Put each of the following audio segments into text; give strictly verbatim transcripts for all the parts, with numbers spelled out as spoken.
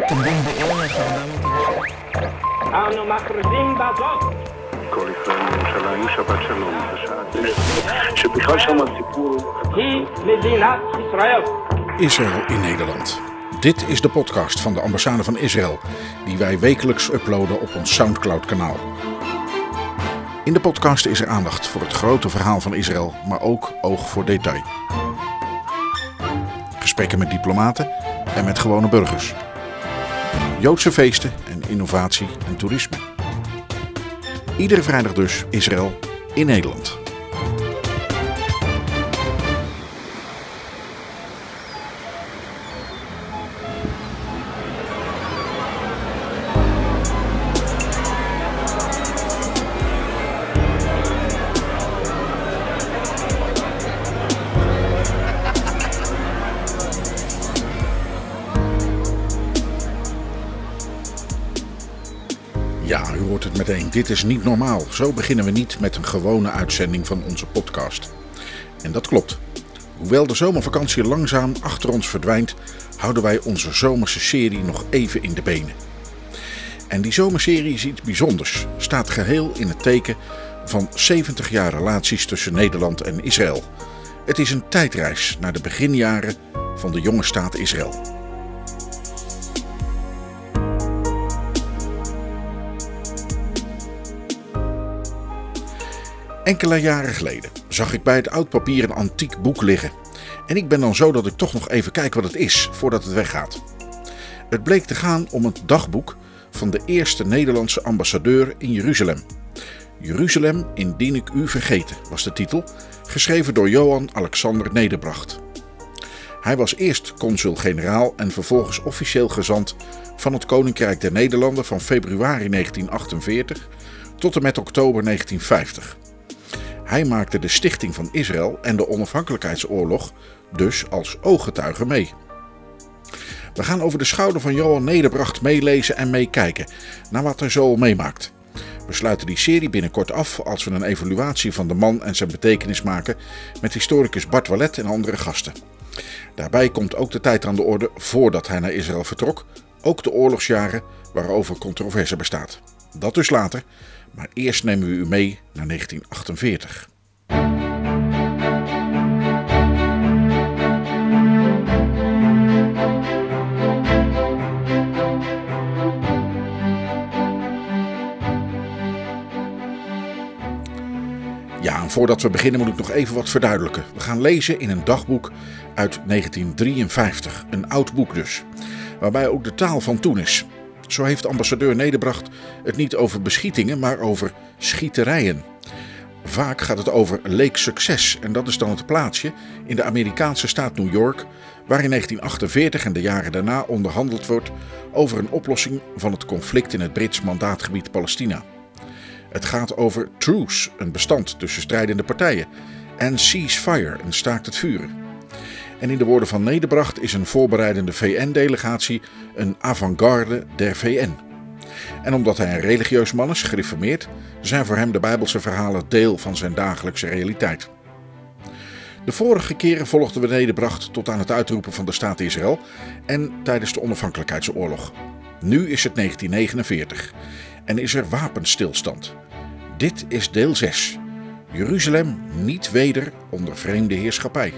תקדם בערך ארבע מאות אלף. אנו מכריזים בזאת. כל ישראל מירושלים, שבת שלום, שבכלל שם הסיפור היא מדינת ישראל. Israël in Nederland. Dit is de podcast van de ambassade van Israël, die wij wekelijks uploaden op ons Soundcloud-kanaal. In de podcast is er aandacht voor het grote verhaal van Israël, maar ook oog voor detail. Gesprekken met diplomaten en met gewone burgers. Joodse feesten en innovatie en toerisme. Iedere vrijdag dus Israël in Nederland. Ja, u hoort het meteen. Dit is niet normaal. Zo beginnen we niet met een gewone uitzending van onze podcast. En dat klopt. Hoewel de zomervakantie langzaam achter ons verdwijnt, houden wij onze zomerse serie nog even in de benen. En die zomerserie is iets bijzonders. Staat geheel in het teken van zeventig jaar relaties tussen Nederland en Israël. Het is een tijdreis naar de beginjaren van de jonge staat Israël. Enkele jaren geleden zag ik bij het oud papier een antiek boek liggen. En ik ben dan zo dat ik toch nog even kijk wat het is voordat het weggaat. Het bleek te gaan om het dagboek van de eerste Nederlandse ambassadeur in Jeruzalem. Jeruzalem indien ik u vergeten was de titel, geschreven door Johan Alexander Nederbracht. Hij was eerst consul-generaal en vervolgens officieel gezant van het Koninkrijk der Nederlanden van februari negentien achtenveertig tot en met oktober negentien vijftig. Hij maakte de stichting van Israël en de onafhankelijkheidsoorlog dus als ooggetuige mee. We gaan over de schouder van Johan Nederbracht meelezen en meekijken naar wat hij zo meemaakt. We sluiten die serie binnenkort af als we een evaluatie van de man en zijn betekenis maken met historicus Bart Wallet en andere gasten. Daarbij komt ook de tijd aan de orde voordat hij naar Israël vertrok, ook de oorlogsjaren waarover controverse bestaat. Dat dus later, maar eerst nemen we u mee naar negentien achtenveertig. Ja, en voordat we beginnen moet ik nog even wat verduidelijken. We gaan lezen in een dagboek uit negentien drieënvijftig, een oud boek dus, waarbij ook de taal van toen is. Zo heeft ambassadeur Nederbracht het niet over beschietingen, maar over schieterijen. Vaak gaat het over Lake Success en dat is dan het plaatsje in de Amerikaanse staat New York, waar in negentien achtenveertig en de jaren daarna onderhandeld wordt over een oplossing van het conflict in het Brits mandaatgebied Palestina. Het gaat over truce, een bestand tussen strijdende partijen, en ceasefire, een staakt het vuren. En in de woorden van Nederbracht is een voorbereidende V N-delegatie een avant-garde der V N. En omdat hij een religieus man is, gereformeerd, zijn voor hem de Bijbelse verhalen deel van zijn dagelijkse realiteit. De vorige keren volgden we Nederbracht tot aan het uitroepen van de staat Israël en tijdens de onafhankelijkheidsoorlog. Nu is het negentien negenenveertig en is er wapenstilstand. Dit is deel zes. Jeruzalem niet weder onder vreemde heerschappij.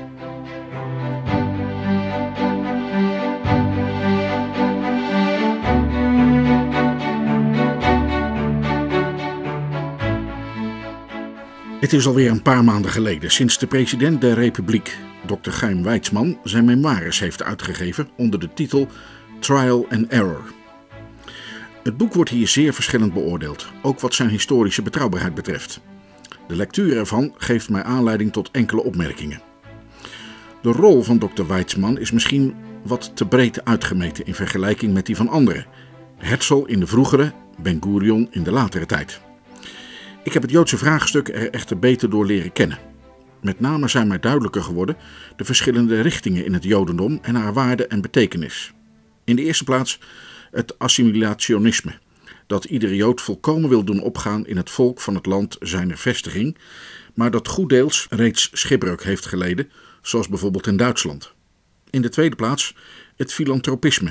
Het is alweer een paar maanden geleden sinds de president der Republiek, dokter Chaim Weizmann, zijn memoires heeft uitgegeven onder de titel Trial and Error. Het boek wordt hier zeer verschillend beoordeeld, ook wat zijn historische betrouwbaarheid betreft. De lectuur ervan geeft mij aanleiding tot enkele opmerkingen. De rol van dokter Weizmann is misschien wat te breed uitgemeten in vergelijking met die van anderen. Herzl in de vroegere, Ben-Gurion in de latere tijd. Ik heb het Joodse vraagstuk er echter beter door leren kennen. Met name zijn mij duidelijker geworden de verschillende richtingen in het Jodendom en haar waarde en betekenis. In de eerste plaats het assimilationisme, dat iedere Jood volkomen wil doen opgaan in het volk van het land zijner vestiging, maar dat goeddeels reeds schipbreuk heeft geleden, zoals bijvoorbeeld in Duitsland. In de tweede plaats het filantropisme,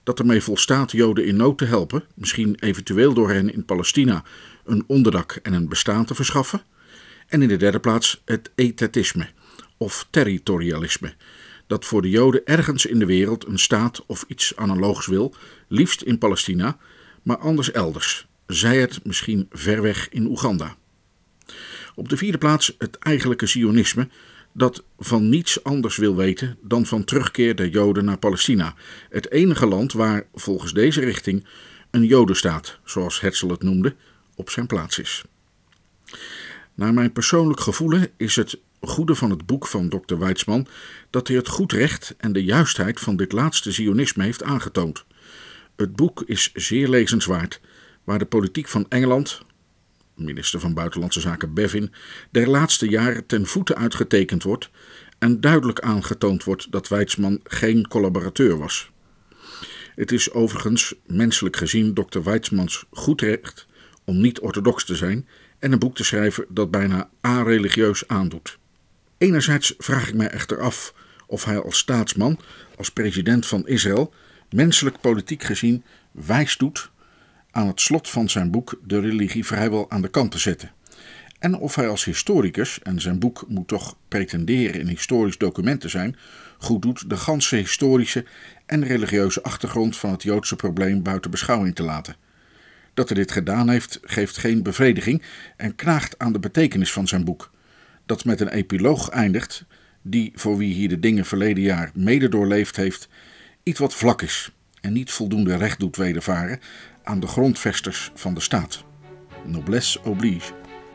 dat ermee volstaat Joden in nood te helpen, misschien eventueel door hen in Palestina een onderdak en een bestaan te verschaffen. En in de derde plaats het etatisme of territorialisme, dat voor de Joden ergens in de wereld een staat of iets analoogs wil, liefst in Palestina, maar anders elders, zij het misschien ver weg in Oeganda. Op de vierde plaats het eigenlijke Zionisme, dat van niets anders wil weten dan van terugkeer der Joden naar Palestina, het enige land waar, volgens deze richting, een Jodenstaat, zoals Herzl het noemde, op zijn plaats is. Naar mijn persoonlijk gevoelen is het goede van het boek van dokter Weitzman dat hij het goed recht en de juistheid van dit laatste Zionisme heeft aangetoond. Het boek is zeer lezenswaard, waar de politiek van Engeland, minister van Buitenlandse Zaken Bevin, der laatste jaren ten voeten uitgetekend wordt en duidelijk aangetoond wordt dat Weitzman geen collaborateur was. Het is overigens, menselijk gezien, dokter Weitzmans goed recht om niet orthodox te zijn en een boek te schrijven dat bijna a-religieus aandoet. Enerzijds vraag ik mij echter af of hij als staatsman, als president van Israël, menselijk politiek gezien wijs doet aan het slot van zijn boek de religie vrijwel aan de kant te zetten. En of hij als historicus, en zijn boek moet toch pretenderen een historisch document te zijn, goed doet de ganse historische en religieuze achtergrond van het Joodse probleem buiten beschouwing te laten. Dat hij dit gedaan heeft, geeft geen bevrediging en knaagt aan de betekenis van zijn boek, dat met een epiloog eindigt, die voor wie hier de dingen verleden jaar mede doorleefd heeft, iets wat vlak is en niet voldoende recht doet wedervaren aan de grondvesters van de staat. Noblesse oblige.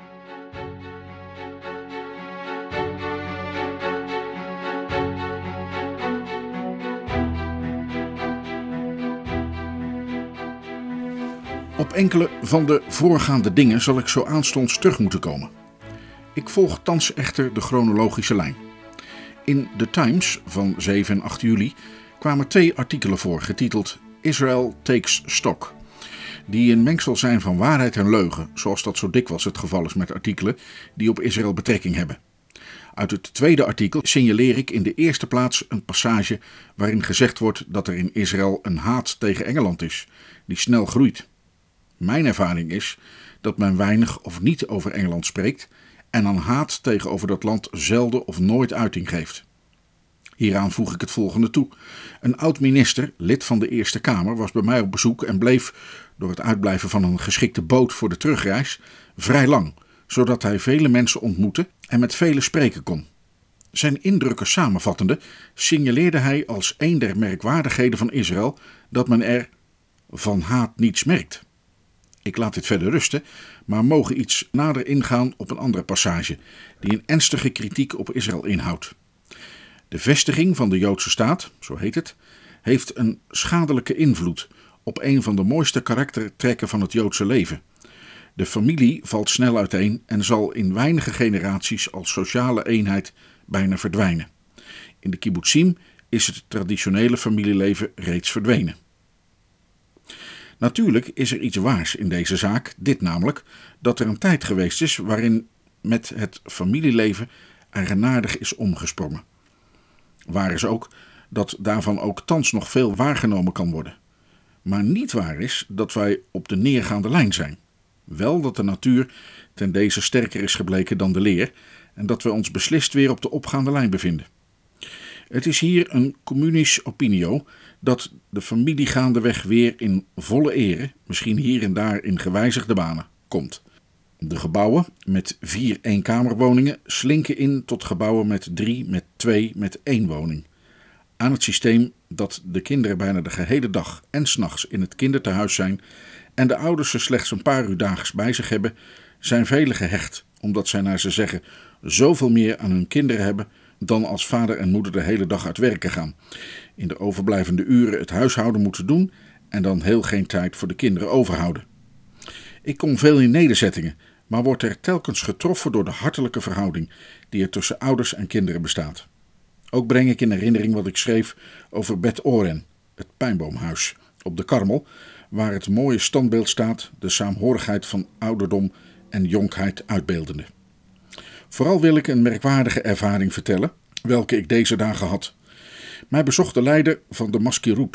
Op enkele van de voorgaande dingen zal ik zo aanstonds terug moeten komen. Ik volg thans echter de chronologische lijn. In The Times van zeven en acht juli kwamen twee artikelen voor, getiteld Israel Takes Stock, die een mengsel zijn van waarheid en leugen, zoals dat zo dikwijls het geval is met artikelen die op Israël betrekking hebben. Uit het tweede artikel signaleer ik in de eerste plaats een passage waarin gezegd wordt dat er in Israël een haat tegen Engeland is, die snel groeit. Mijn ervaring is dat men weinig of niet over Engeland spreekt en aan haat tegenover dat land zelden of nooit uiting geeft. Hieraan voeg ik het volgende toe. Een oud-minister, lid van de Eerste Kamer, was bij mij op bezoek en bleef, door het uitblijven van een geschikte boot voor de terugreis, vrij lang, zodat hij vele mensen ontmoette en met velen spreken kon. Zijn indrukken samenvattende, signaleerde hij als een der merkwaardigheden van Israël dat men er van haat niets merkt. Ik laat dit verder rusten, maar mogen iets nader ingaan op een andere passage, die een ernstige kritiek op Israël inhoudt. De vestiging van de Joodse staat, zo heet het, heeft een schadelijke invloed op een van de mooiste karaktertrekken van het Joodse leven. De familie valt snel uiteen en zal in weinige generaties als sociale eenheid bijna verdwijnen. In de kibbutzim is het traditionele familieleven reeds verdwenen. Natuurlijk is er iets waars in deze zaak, dit namelijk, dat er een tijd geweest is waarin met het familieleven eigenaardig is omgesprongen. Waar is ook dat daarvan ook thans nog veel waargenomen kan worden. Maar niet waar is dat wij op de neergaande lijn zijn. Wel dat de natuur ten deze sterker is gebleken dan de leer en dat we ons beslist weer op de opgaande lijn bevinden. Het is hier een communisch opinio dat de familie gaandeweg weer in volle ere, misschien hier en daar in gewijzigde banen, komt. De gebouwen met vier eenkamerwoningen slinken in tot gebouwen met drie, met twee, met één woning. Aan het systeem dat de kinderen bijna de gehele dag en 's nachts in het kindertehuis zijn en de ouders ze slechts een paar uur daags bij zich hebben, zijn velen gehecht, omdat zij naar ze zeggen zoveel meer aan hun kinderen hebben dan als vader en moeder de hele dag uit werken gaan, in de overblijvende uren het huishouden moeten doen en dan heel geen tijd voor de kinderen overhouden. Ik kom veel in nederzettingen, maar word er telkens getroffen door de hartelijke verhouding die er tussen ouders en kinderen bestaat. Ook breng ik in herinnering wat ik schreef over Bet Oren, het pijnboomhuis, op de Karmel, waar het mooie standbeeld staat, de saamhorigheid van ouderdom en jonkheid uitbeeldende. Vooral wil ik een merkwaardige ervaring vertellen, welke ik deze dagen had. Mij bezocht de leider van de Maskirut,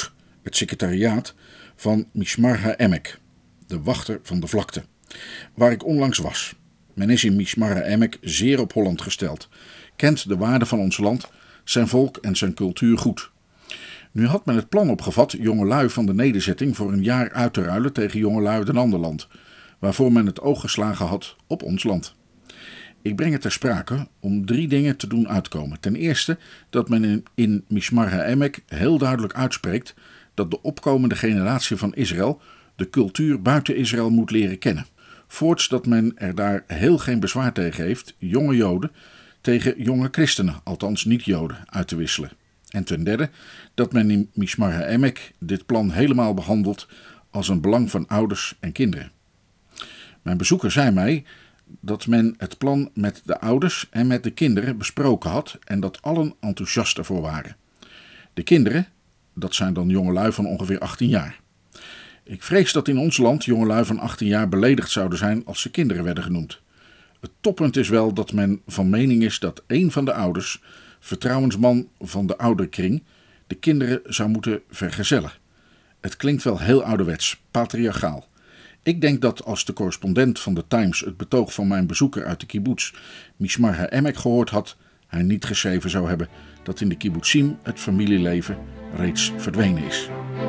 het secretariaat van Mishmar HaEmek, de wachter van de vlakte, waar ik onlangs was. Men is in Mishmar HaEmek zeer op Holland gesteld, kent de waarde van ons land, zijn volk en zijn cultuur goed. Nu had men het plan opgevat jongelui van de nederzetting voor een jaar uit te ruilen tegen jongelui uit een ander land, waarvoor men het oog geslagen had op ons land. Ik breng het ter sprake om drie dingen te doen uitkomen. Ten eerste dat men in, in Mishmar HaEmek heel duidelijk uitspreekt dat de opkomende generatie van Israël de cultuur buiten Israël moet leren kennen. Voorts dat men er daar heel geen bezwaar tegen heeft jonge Joden tegen jonge christenen, althans niet-Joden, uit te wisselen. En ten derde dat men in Mishmar HaEmek dit plan helemaal behandelt als een belang van ouders en kinderen. Mijn bezoeker zei mij dat men het plan met de ouders en met de kinderen besproken had en dat allen enthousiast ervoor waren. De kinderen, dat zijn dan jongelui van ongeveer achttien jaar. Ik vrees dat in ons land jongelui van achttien jaar beledigd zouden zijn als ze kinderen werden genoemd. Het toppunt is wel dat men van mening is dat een van de ouders, vertrouwensman van de ouderkring, de kinderen zou moeten vergezellen. Het klinkt wel heel ouderwets, patriarchaal. Ik denk dat als de correspondent van de Times het betoog van mijn bezoeker uit de kibbutz Mishmar HaEmek gehoord had, hij niet geschreven zou hebben dat in de kibbutzim het familieleven reeds verdwenen is.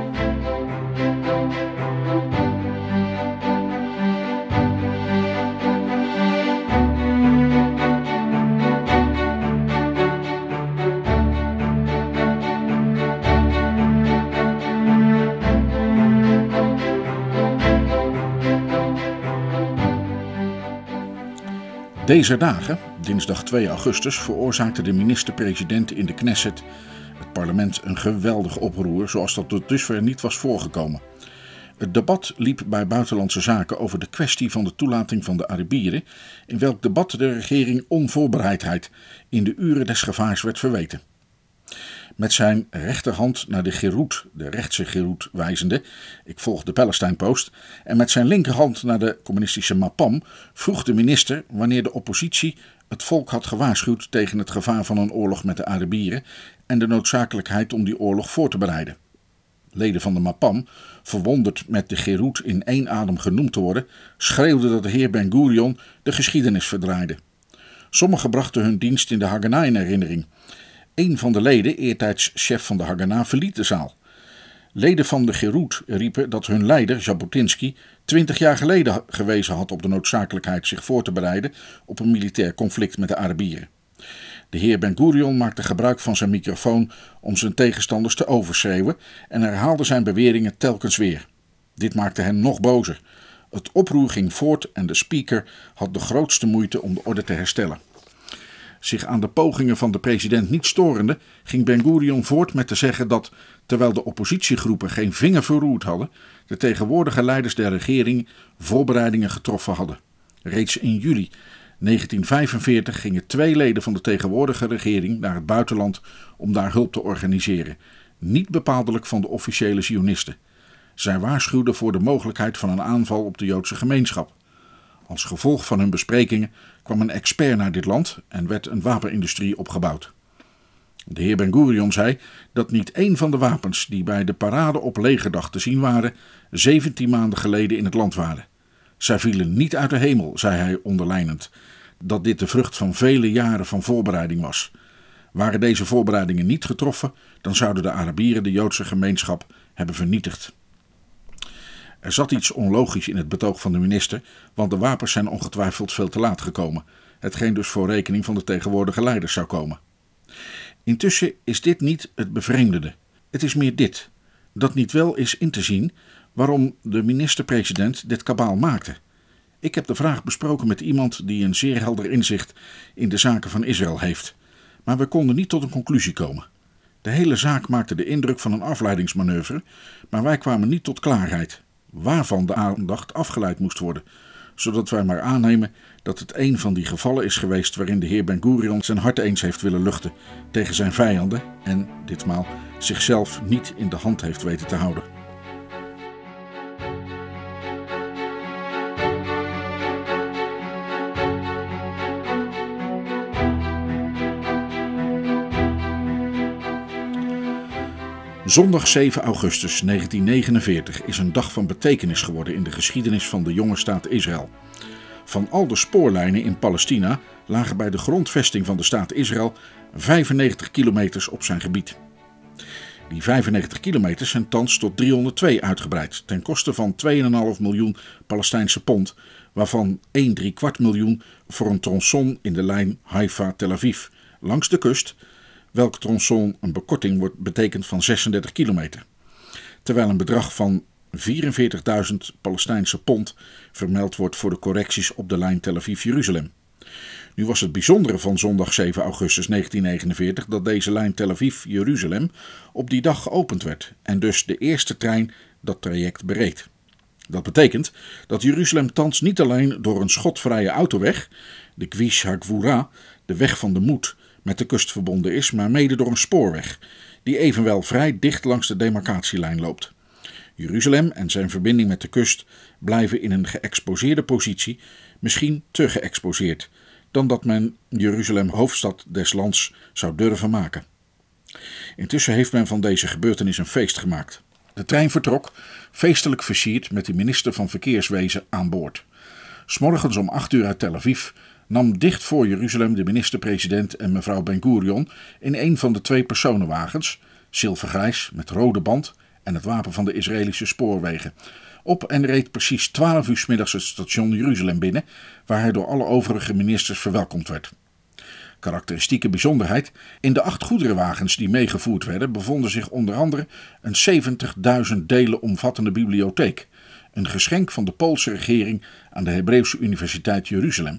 Deze dagen, dinsdag twee augustus, veroorzaakte de minister-president in de Knesset, het parlement, een geweldig oproer zoals dat tot dusver niet was voorgekomen. Het debat liep bij Buitenlandse Zaken over de kwestie van de toelating van de Arabieren, in welk debat de regering onvoorbereidheid in de uren des gevaars werd verweten. Met zijn rechterhand naar de Geroet, de rechtse Geroet, wijzende, ik volg de Palestine Post, en met zijn linkerhand naar de communistische Mapam, vroeg de minister wanneer de oppositie het volk had gewaarschuwd tegen het gevaar van een oorlog met de Arabieren en de noodzakelijkheid om die oorlog voor te bereiden. Leden van de Mapam, verwonderd met de Geroet in één adem genoemd te worden, schreeuwden dat de heer Ben Gurion de geschiedenis verdraaide. Sommigen brachten hun dienst in de Haganah in herinnering. Een van de leden, eertijds chef van de Haganah, verliet de zaal. Leden van de Geroet riepen dat hun leider, Jabotinsky, twintig jaar geleden gewezen had op de noodzakelijkheid zich voor te bereiden op een militair conflict met de Arabieren. De heer Ben Gurion maakte gebruik van zijn microfoon om zijn tegenstanders te overschreeuwen en herhaalde zijn beweringen telkens weer. Dit maakte hen nog bozer. Het oproer ging voort en de speaker had de grootste moeite om de orde te herstellen. Zich aan de pogingen van de president niet storende, ging Ben Gurion voort met te zeggen dat, terwijl de oppositiegroepen geen vinger verroerd hadden, de tegenwoordige leiders der regering voorbereidingen getroffen hadden. Reeds in juli negentien vijfenveertig gingen twee leden van de tegenwoordige regering naar het buitenland om daar hulp te organiseren, niet bepaaldelijk van de officiële Zionisten. Zij waarschuwden voor de mogelijkheid van een aanval op de Joodse gemeenschap. Als gevolg van hun besprekingen kwam een expert naar dit land en werd een wapenindustrie opgebouwd. De heer Ben Gurion zei dat niet één van de wapens die bij de parade op Legerdag te zien waren, zeventien maanden geleden in het land waren. Zij vielen niet uit de hemel, zei hij onderlijnend, dat dit de vrucht van vele jaren van voorbereiding was. Waren deze voorbereidingen niet getroffen, dan zouden de Arabieren de Joodse gemeenschap hebben vernietigd. Er zat iets onlogisch in het betoog van de minister, want de wapens zijn ongetwijfeld veel te laat gekomen, hetgeen dus voor rekening van de tegenwoordige leiders zou komen. Intussen is dit niet het bevreemdende. Het is meer dit, dat niet wel is in te zien waarom de minister-president dit kabaal maakte. Ik heb de vraag besproken met iemand die een zeer helder inzicht in de zaken van Israël heeft, maar we konden niet tot een conclusie komen. De hele zaak maakte de indruk van een afleidingsmanoeuvre, maar wij kwamen niet tot klaarheid waarvan de aandacht afgeleid moest worden, zodat wij maar aannemen dat het een van die gevallen is geweest waarin de heer Ben Gurion zijn hart eens heeft willen luchten tegen zijn vijanden en, ditmaal, zichzelf niet in de hand heeft weten te houden. Zondag zeven augustus negentiennegenenveertig is een dag van betekenis geworden in de geschiedenis van de jonge staat Israël. Van al de spoorlijnen in Palestina lagen bij de grondvesting van de staat Israël vijfennegentig kilometers op zijn gebied. Die vijfennegentig kilometers zijn thans tot driehonderdtwee uitgebreid, ten koste van twee komma vijf miljoen Palestijnse pond, waarvan een driekwart miljoen voor een tronçon in de lijn Haifa-Tel Aviv, langs de kust, welk tronçon een bekorting wordt betekend van zesendertig kilometer. Terwijl een bedrag van vierenveertigduizend Palestijnse pond vermeld wordt voor de correcties op de lijn Tel Aviv-Jeruzalem. Nu was het bijzondere van zondag zeven augustus negentiennegenenveertig dat deze lijn Tel Aviv-Jeruzalem op die dag geopend werd en dus de eerste trein dat traject bereed. Dat betekent dat Jeruzalem thans niet alleen door een schotvrije autoweg, de Kvish HaGvura, de weg van de moed, met de kust verbonden is, maar mede door een spoorweg, die evenwel vrij dicht langs de demarcatielijn loopt. Jeruzalem en zijn verbinding met de kust blijven in een geëxposeerde positie, misschien te geëxposeerd, dan dat men Jeruzalem hoofdstad des lands zou durven maken. Intussen heeft men van deze gebeurtenis een feest gemaakt. De trein vertrok, feestelijk versierd met de minister van Verkeerswezen aan boord. 'S Morgens om acht uur uit Tel Aviv nam dicht voor Jeruzalem de minister-president en mevrouw Ben-Gurion in een van de twee personenwagens, zilvergrijs met rode band en het wapen van de Israëlische spoorwegen, op en reed precies twaalf uur 's middags het station Jeruzalem binnen, waar hij door alle overige ministers verwelkomd werd. Karakteristieke bijzonderheid: in de acht goederenwagens die meegevoerd werden bevonden zich onder andere een zeventigduizend delen omvattende bibliotheek, een geschenk van de Poolse regering aan de Hebreeuwse Universiteit Jeruzalem.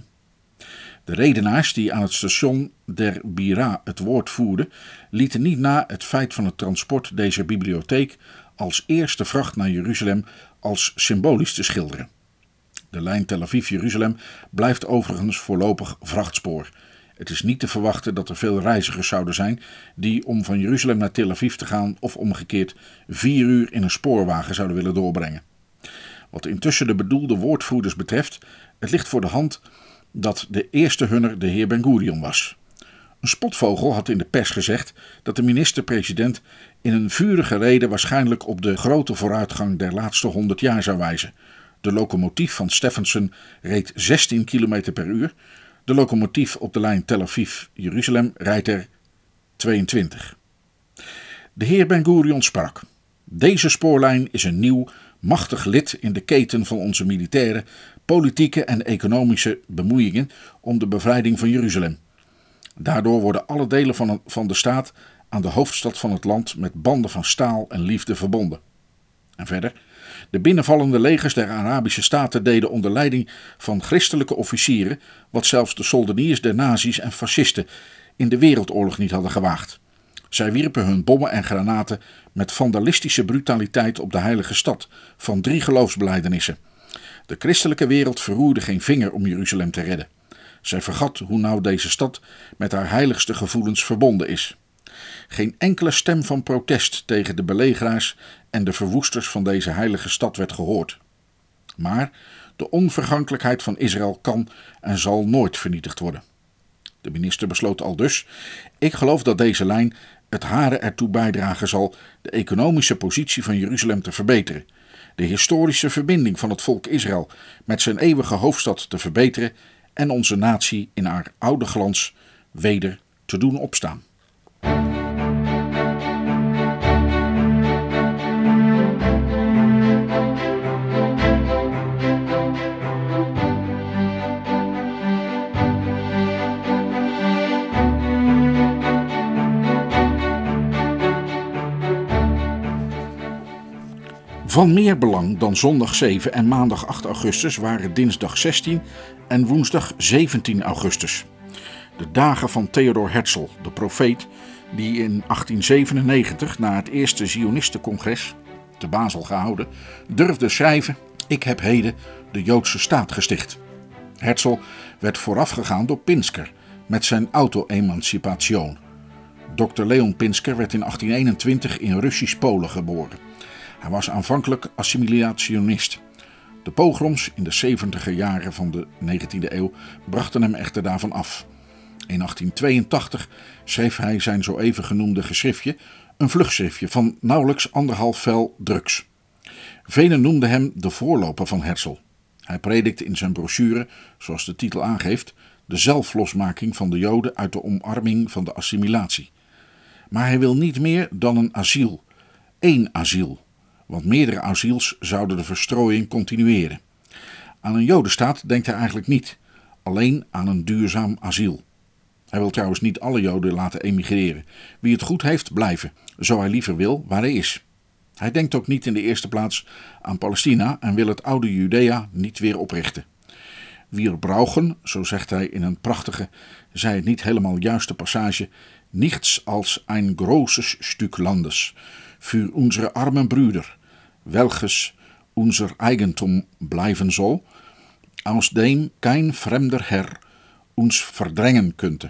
De redenaars die aan het station der Bira het woord voerden, lieten niet na het feit van het transport deze bibliotheek als eerste vracht naar Jeruzalem als symbolisch te schilderen. De lijn Tel Aviv-Jeruzalem blijft overigens voorlopig vrachtspoor. Het is niet te verwachten dat er veel reizigers zouden zijn die om van Jeruzalem naar Tel Aviv te gaan of omgekeerd vier uur in een spoorwagen zouden willen doorbrengen. Wat intussen de bedoelde woordvoerders betreft, het ligt voor de hand dat de eerste hunner de heer Ben-Gurion was. Een spotvogel had in de pers gezegd dat de minister-president in een vurige rede waarschijnlijk op de grote vooruitgang der laatste honderd jaar zou wijzen. De locomotief van Stephenson reed zestien kilometer per uur. De locomotief op de lijn Tel Aviv-Jeruzalem rijdt er tweeëntwintig. De heer Ben-Gurion sprak: "Deze spoorlijn is een nieuw, machtig lid in de keten van onze militaire, politieke en economische bemoeiingen om de bevrijding van Jeruzalem. Daardoor worden alle delen van, van de staat aan de hoofdstad van het land met banden van staal en liefde verbonden." En verder: "De binnenvallende legers der Arabische staten deden onder leiding van christelijke officieren wat zelfs de soldeniers der nazi's en fascisten in de wereldoorlog niet hadden gewaagd. Zij wierpen hun bommen en granaten met vandalistische brutaliteit op de heilige stad van drie geloofsbelijdenissen. De christelijke wereld verroerde geen vinger om Jeruzalem te redden. Zij vergat hoe nauw deze stad met haar heiligste gevoelens verbonden is. Geen enkele stem van protest tegen de belegeraars en de verwoesters van deze heilige stad werd gehoord. Maar de onvergankelijkheid van Israël kan en zal nooit vernietigd worden." De minister besloot aldus: "Ik geloof dat deze lijn het hare ertoe bijdragen zal de economische positie van Jeruzalem te verbeteren, de historische verbinding van het volk Israël met zijn eeuwige hoofdstad te verbeteren en onze natie in haar oude glans weder te doen opstaan." Van meer belang dan zondag zeven en maandag acht augustus waren dinsdag zestien en woensdag zeventien augustus. De dagen van Theodor Herzl, de profeet, die in achttien zevenennegentig na het eerste Zionistencongres, te Basel gehouden, durfde schrijven: "Ik heb heden de Joodse staat gesticht." Herzl werd voorafgegaan door Pinsker met zijn auto-emancipation. dokter Leon Pinsker werd in achttien eenentwintig in Russisch Polen geboren. Hij was aanvankelijk assimilationist. De pogroms in de zeventiger jaren van de negentiende eeuw brachten hem echter daarvan af. In achttien tweeëntachtig schreef hij zijn zo even genoemde geschriftje, Een vluchtschriftje van nauwelijks anderhalf vel druks. Velen noemden hem de voorloper van Herzl. Hij predikt in zijn brochure, zoals de titel aangeeft, de zelflosmaking van de Joden uit de omarming van de assimilatie. Maar hij wil niet meer dan een asiel, één asiel, want meerdere asiels zouden de verstrooiing continueren. Aan een Jodenstaat denkt hij eigenlijk niet, alleen aan een duurzaam asiel. Hij wil trouwens niet alle Joden laten emigreren. Wie het goed heeft, blijven, zo hij liever wil waar hij is. Hij denkt ook niet in de eerste plaats aan Palestina en wil het oude Judea niet weer oprichten. Wir brauchen, zo zegt hij in een prachtige, zij het niet helemaal juiste passage, nichts als ein großes Stück Landes für unsere armen Brüder, welches unser Eigentum bleiben soll, aus dem kein fremder Herr uns verdrängen könnte.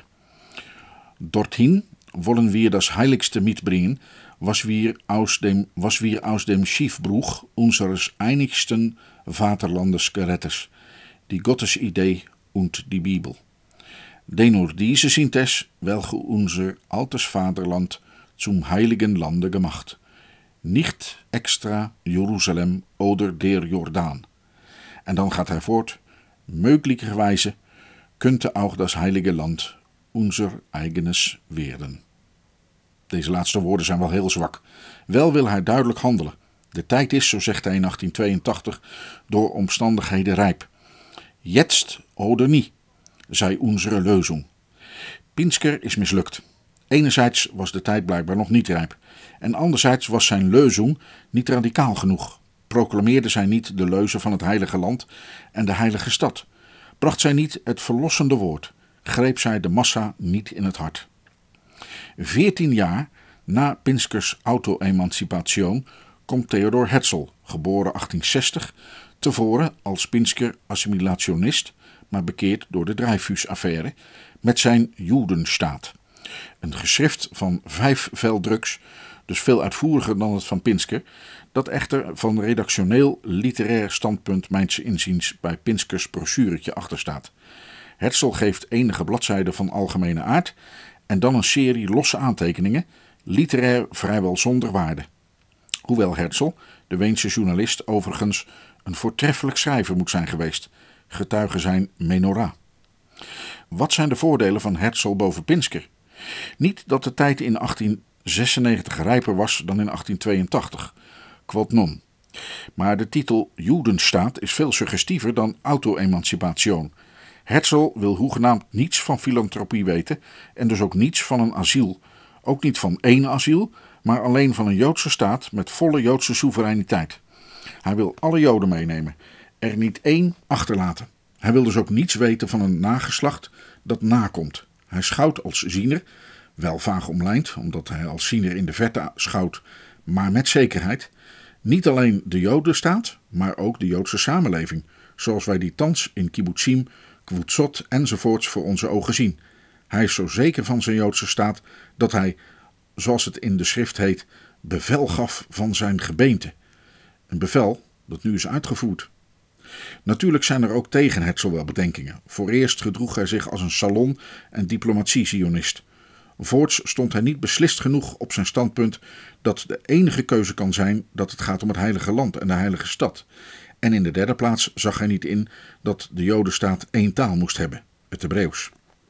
Dorthin wollen wir das Heiligste mitbringen, was wir aus dem, was wir aus dem Schiffbruch unseres einigsten Vaterlandes geretters, die Gottesidee und die Bibel. Denn nur diese sind es, welche unser altes Vaterland zum heiligen Lande gemacht. Nicht extra Jeruzalem oder der Jordaan. En dan gaat hij voort, möglicherweise könnte auch das heilige Land unser eigenes werden. Deze laatste woorden zijn wel heel zwak. Wel wil hij duidelijk handelen. De tijd is, zo zegt hij in achttien tweeëntachtig, door omstandigheden rijp. Jetzt oder nie, zei unsere Lösung. Pinsker is mislukt. Enerzijds was de tijd blijkbaar nog niet rijp. En anderzijds was zijn Lösung niet radicaal genoeg. Proclameerde zij niet de leuze van het heilige land en de heilige stad. Bracht zij niet het verlossende woord. Greep zij de massa niet in het hart. Veertien jaar na Pinskers auto-emancipation komt Theodor Herzl, geboren achttien zestig, tevoren als Pinsker assimilationist, maar bekeerd door de Dreyfus-affaire, met zijn Judenstaat. Een geschrift van vijf vel druks, dus veel uitvoeriger dan het van Pinsker, dat echter van redactioneel literair standpunt mijns inziens bij Pinskers brochuretje achterstaat. Herzl geeft enige bladzijden van algemene aard en dan een serie losse aantekeningen, literair vrijwel zonder waarde. Hoewel Herzl, de Weense journalist, overigens een voortreffelijk schrijver moet zijn geweest, getuige zijn Menorah. Wat zijn de voordelen van Herzl boven Pinsker? Niet dat de tijd in achttien zesennegentig rijper was dan in achttien tweeëntachtig, quod non. Maar de titel Judenstaat is veel suggestiever dan auto-emancipation. Herzl wil hoegenaamd niets van filantropie weten en dus ook niets van een asiel. Ook niet van één asiel, maar alleen van een Joodse staat met volle Joodse soevereiniteit. Hij wil alle Joden meenemen, er niet één achterlaten. Hij wil dus ook niets weten van een nageslacht dat nakomt. Hij schouwt als ziener, wel vaag omlijnd, omdat hij als ziener in de verte schouwt, maar met zekerheid, niet alleen de Jodenstaat, maar ook de Joodse samenleving, zoals wij die thans in kibbutzim, kvutzot enzovoorts voor onze ogen zien. Hij is zo zeker van zijn Joodse staat dat hij, zoals het in de schrift heet, bevel gaf van zijn gebeente. Een bevel dat nu is uitgevoerd. Natuurlijk zijn er ook tegen Herzl wel bedenkingen. Vooreerst gedroeg hij zich als een salon- en diplomatie-zionist. Voorts stond hij niet beslist genoeg op zijn standpunt dat de enige keuze kan zijn dat het gaat om het heilige land en de heilige stad. En in de derde plaats zag hij niet in dat de Jodenstaat één taal moest hebben, het Hebreeuws.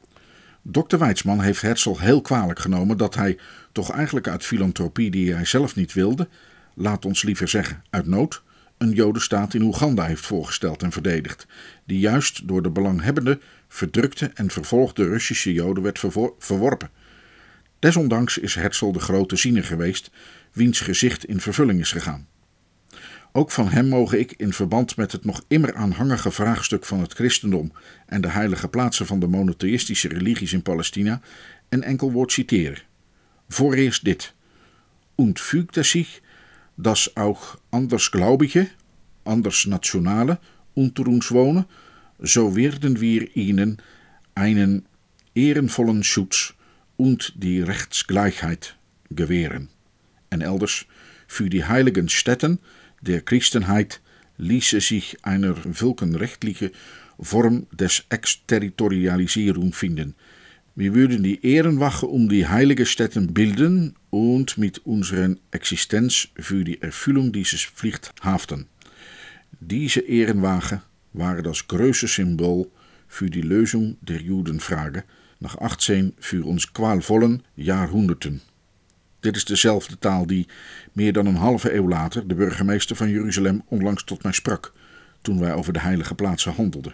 dokter Weizmann heeft Herzl heel kwalijk genomen dat hij, toch eigenlijk uit filantropie die hij zelf niet wilde, laat ons liever zeggen uit nood, een Jodenstaat in Oeganda heeft voorgesteld en verdedigd, die juist door de belanghebbende, verdrukte en vervolgde Russische Joden werd verwor- verworpen. Desondanks is Herzl de grote ziener geweest, wiens gezicht in vervulling is gegaan. Ook van hem mogen ik in verband met het nog immer aanhangige vraagstuk van het christendom en de heilige plaatsen van de monotheïstische religies in Palestina een enkel woord citeren. Vooreerst dit. Und fügt es sich, dass auch andersgläubige, andersnationale unter uns wohnen, so werden wir ihnen einen ehrenvollen Schutz und die Rechtsgleichheit gewähren. En elders, für die heiligen Stätten der Christenheit ließe sich einer völkerrechtliche Form des Exterritorialisierung finden. Wir würden die Ehrenwache um die heilige Stätten bilden und mit unseren Existenz für die Erfüllung dieses Pflicht haften. Diese Ehrenwagen waren das größte Symbol für die Lösung der Judenfrage nach achtzehn voor ons kwaalvollen jaarhonderden. Dit is dezelfde taal die meer dan een halve eeuw later de burgemeester van Jeruzalem onlangs tot mij sprak, toen wij over de heilige plaatsen handelden.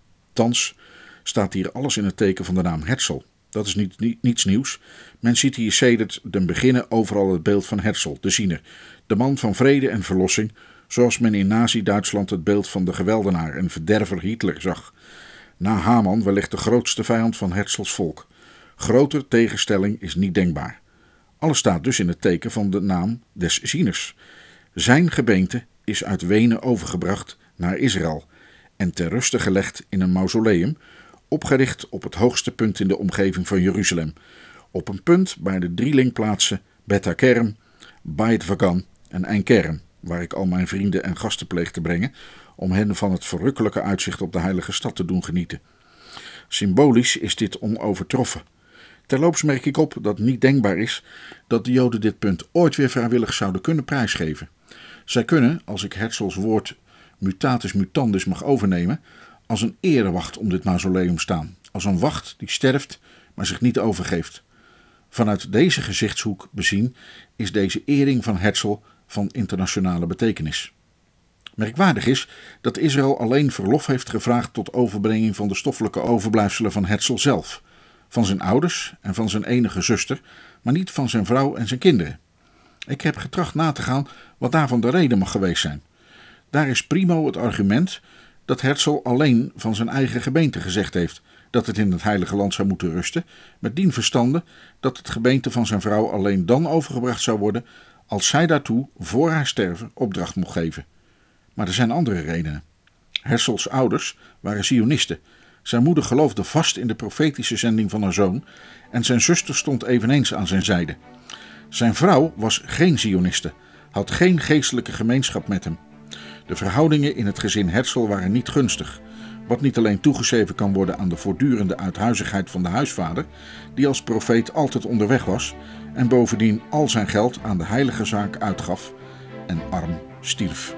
Thans staat hier alles in het teken van de naam Herzl. Dat is niet, niet, niets nieuws. Men ziet hier sedert den beginnen overal het beeld van Herzl, de ziener, de man van vrede en verlossing, zoals men in Nazi-Duitsland het beeld van de geweldenaar en verderver Hitler zag. Na Haman wellicht de grootste vijand van Herzls volk. Groter tegenstelling is niet denkbaar. Alles staat dus in het teken van de naam des zieners. Zijn gebeente is uit Wenen overgebracht naar Israël en ter ruste gelegd in een mausoleum, opgericht op het hoogste punt in de omgeving van Jeruzalem, op een punt bij de drielingplaatsen Bet HaKerem, Beit Vagan en Ein Kerem, waar ik al mijn vrienden en gasten pleeg te brengen, om hen van het verrukkelijke uitzicht op de heilige stad te doen genieten. Symbolisch is dit onovertroffen. Terloops merk ik op dat niet denkbaar is dat de Joden dit punt ooit weer vrijwillig zouden kunnen prijsgeven. Zij kunnen, als ik Herzls woord mutatis mutandis mag overnemen, als een erewacht om dit mausoleum staan. Als een wacht die sterft, maar zich niet overgeeft. Vanuit deze gezichtshoek bezien is deze ering van Herzl van internationale betekenis. Merkwaardig is dat Israël alleen verlof heeft gevraagd tot overbrenging van de stoffelijke overblijfselen van Herzl zelf, van zijn ouders en van zijn enige zuster, maar niet van zijn vrouw en zijn kinderen. Ik heb getracht na te gaan wat daarvan de reden mag geweest zijn. Daar is primo het argument dat Herzl alleen van zijn eigen gebeente gezegd heeft dat het in het heilige land zou moeten rusten, met dien verstande dat het gebeente van zijn vrouw alleen dan overgebracht zou worden als zij daartoe voor haar sterven opdracht mocht geven. Maar er zijn andere redenen. Herzls ouders waren Zionisten. Zijn moeder geloofde vast in de profetische zending van haar zoon en zijn zuster stond eveneens aan zijn zijde. Zijn vrouw was geen Zioniste, had geen geestelijke gemeenschap met hem. De verhoudingen in het gezin Herzl waren niet gunstig, wat niet alleen toegeschreven kan worden aan de voortdurende uithuizigheid van de huisvader, die als profeet altijd onderweg was en bovendien al zijn geld aan de heilige zaak uitgaf en arm stierf.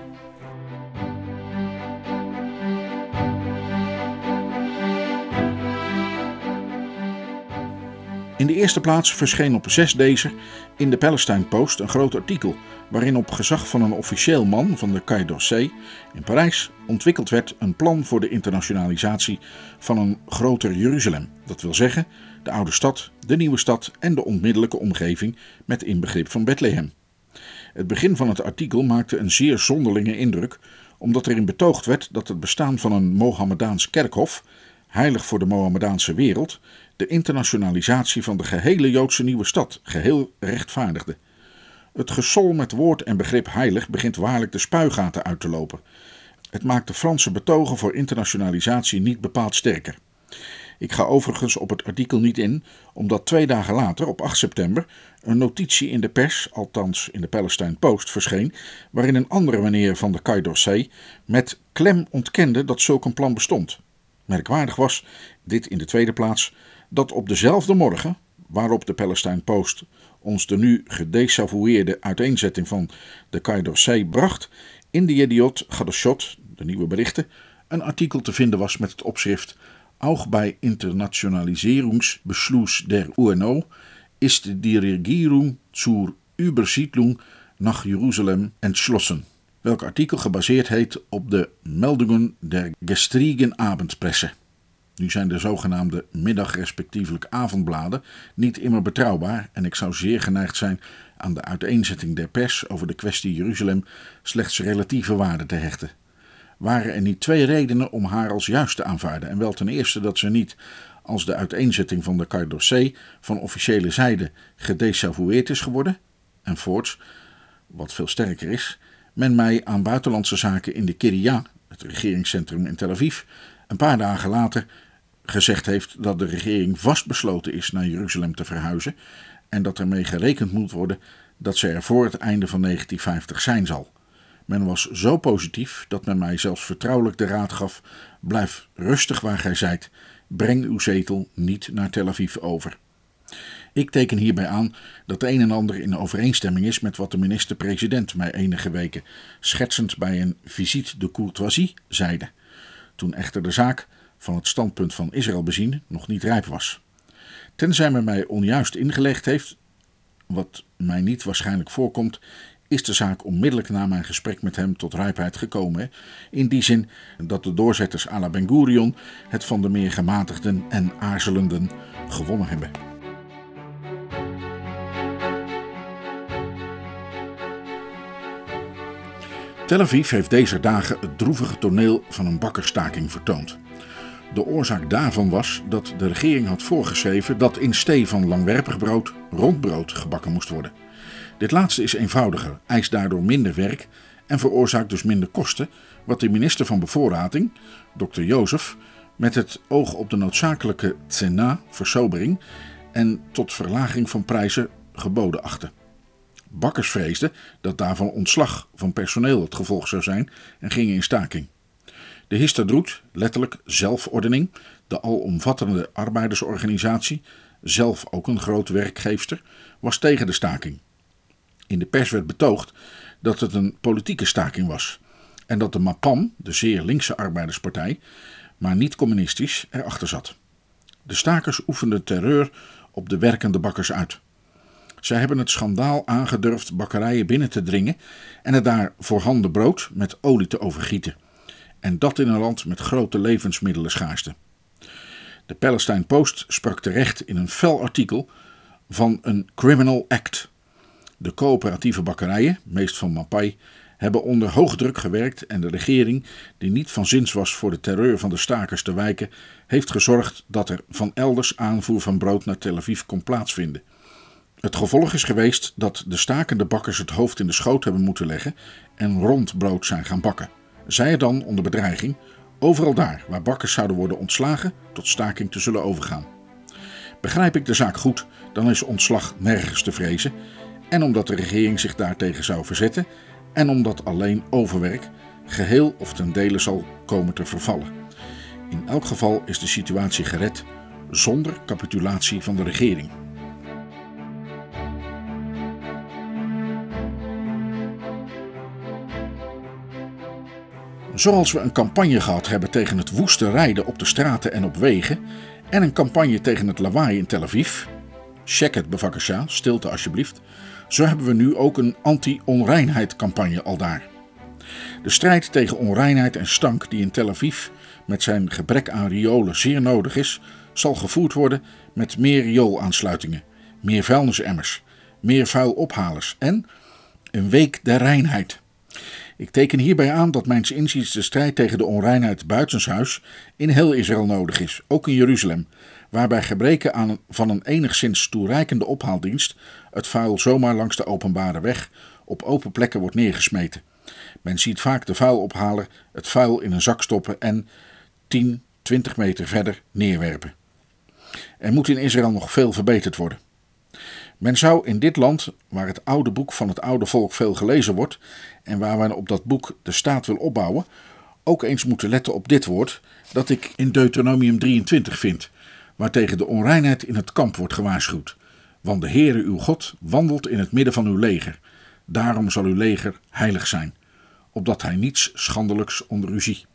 In de eerste plaats verscheen op zes deze in de Palestine Post een groot artikel waarin op gezag van een officieel man van de Quai d'Orsay in Parijs ontwikkeld werd een plan voor de internationalisatie van een groter Jeruzalem. Dat wil zeggen de oude stad, de nieuwe stad en de onmiddellijke omgeving met inbegrip van Bethlehem. Het begin van het artikel maakte een zeer zonderlinge indruk, omdat erin betoogd werd dat het bestaan van een Mohammedaans kerkhof, heilig voor de Mohammedaanse wereld, de internationalisatie van de gehele Joodse nieuwe stad geheel rechtvaardigde. Het gesol met woord en begrip heilig begint waarlijk de spuigaten uit te lopen. Het maakt de Franse betogen voor internationalisatie niet bepaald sterker. Ik ga overigens op het artikel niet in, omdat twee dagen later, op acht september, een notitie in de pers, althans in de Palestine Post, verscheen, waarin een andere meneer van de Quai d'Orsay met klem ontkende dat zulk een plan bestond. Merkwaardig was, dit in de tweede plaats, dat op dezelfde morgen, waarop de Palestine Post ons de nu gedesavoueerde uiteenzetting van de Quai d'Orsay bracht, in de Yediot Hadashot, de nieuwe berichten, een artikel te vinden was met het opschrift Auch bei Internationalisierungsbeschluss der U N O ist die Regierung zur Übersiedlung nach Jeruzalem entschlossen. Welk artikel gebaseerd heet op de meldingen der gestrigen Abendpresse. Nu zijn de zogenaamde middag- respectievelijk avondbladen niet immer betrouwbaar en ik zou zeer geneigd zijn aan de uiteenzetting der pers over de kwestie Jeruzalem slechts relatieve waarde te hechten. Waren er niet twee redenen om haar als juist te aanvaarden en wel ten eerste dat ze niet, als de uiteenzetting van de Quai d'Orsay van officiële zijde gedesavoueerd is geworden, en voorts, wat veel sterker is, men mij aan buitenlandse zaken in de Kiria, het regeringscentrum in Tel Aviv, een paar dagen later gezegd heeft dat de regering vastbesloten is naar Jeruzalem te verhuizen en dat ermee gerekend moet worden dat ze er voor het einde van negentien vijftig zijn zal. Men was zo positief dat men mij zelfs vertrouwelijk de raad gaf: blijf rustig waar gij zijt, breng uw zetel niet naar Tel Aviv over. Ik teken hierbij aan dat een en ander in overeenstemming is met wat de minister-president mij enige weken schetsend bij een visite de courtoisie zeide, toen echter de zaak van het standpunt van Israël bezien nog niet rijp was. Tenzij men mij onjuist ingelegd heeft, wat mij niet waarschijnlijk voorkomt, is de zaak onmiddellijk na mijn gesprek met hem tot rijpheid gekomen, in die zin dat de doorzetters à la Ben Gurion het van de meer gematigden en aarzelenden gewonnen hebben. Tel Aviv heeft deze dagen het droevige toneel van een bakkersstaking vertoond. De oorzaak daarvan was dat de regering had voorgeschreven dat in stee van langwerpig brood rondbrood gebakken moest worden. Dit laatste is eenvoudiger, eist daardoor minder werk en veroorzaakt dus minder kosten, wat de minister van Bevoorrading, dokter Jozef, met het oog op de noodzakelijke tsena, versobering en tot verlaging van prijzen geboden achtte. Bakkers vreesden dat daarvan ontslag van personeel het gevolg zou zijn en gingen in staking. De Histadrut, letterlijk zelfordening, de alomvattende arbeidersorganisatie, zelf ook een groot werkgeefster, was tegen de staking. In de pers werd betoogd dat het een politieke staking was en dat de Mapam, de zeer linkse arbeiderspartij, maar niet communistisch, erachter zat. De stakers oefenden terreur op de werkende bakkers uit. Zij hebben het schandaal aangedurfd bakkerijen binnen te dringen en het daar voorhanden brood met olie te overgieten. En dat in een land met grote levensmiddelenschaarste. De Palestine Post sprak terecht in een fel artikel van een criminal act. De coöperatieve bakkerijen, meest van Mapai, hebben onder hoogdruk gewerkt en de regering, die niet van zins was voor de terreur van de stakers te wijken, heeft gezorgd dat er van elders aanvoer van brood naar Tel Aviv kon plaatsvinden. Het gevolg is geweest dat de stakende bakkers het hoofd in de schoot hebben moeten leggen en rond brood zijn gaan bakken. Zij het dan onder bedreiging overal daar waar bakkers zouden worden ontslagen tot staking te zullen overgaan. Begrijp ik de zaak goed, dan is ontslag nergens te vrezen en omdat de regering zich daartegen zou verzetten en omdat alleen overwerk geheel of ten dele zal komen te vervallen. In elk geval is de situatie gered zonder capitulatie van de regering. Zoals we een campagne gehad hebben tegen het woeste rijden op de straten en op wegen en een campagne tegen het lawaai in Tel Aviv, check het bevakkersja, stilte alsjeblieft, zo hebben we nu ook een anti-onreinheid campagne aldaar. De strijd tegen onreinheid en stank die in Tel Aviv met zijn gebrek aan riolen zeer nodig is, zal gevoerd worden met meer rioolaansluitingen, meer vuilnisemmers, meer vuilophalers en een week der reinheid. Ik teken hierbij aan dat mijns inziens de strijd tegen de onreinheid buitenshuis in heel Israël nodig is, ook in Jeruzalem, waar bij gebreke aan een, van een enigszins toereikende ophaaldienst het vuil zomaar langs de openbare weg op open plekken wordt neergesmeten. Men ziet vaak de vuilophaler het vuil in een zak stoppen en tien, twintig meter verder neerwerpen. Er moet in Israël nog veel verbeterd worden. Men zou in dit land, waar het oude boek van het oude volk veel gelezen wordt en waar men op dat boek de staat wil opbouwen, ook eens moeten letten op dit woord dat ik in Deuteronomium drieëntwintig vind, waartegen de onreinheid in het kamp wordt gewaarschuwd. Want de Heere uw God wandelt in het midden van uw leger. Daarom zal uw leger heilig zijn, opdat hij niets schandelijks onder u zie.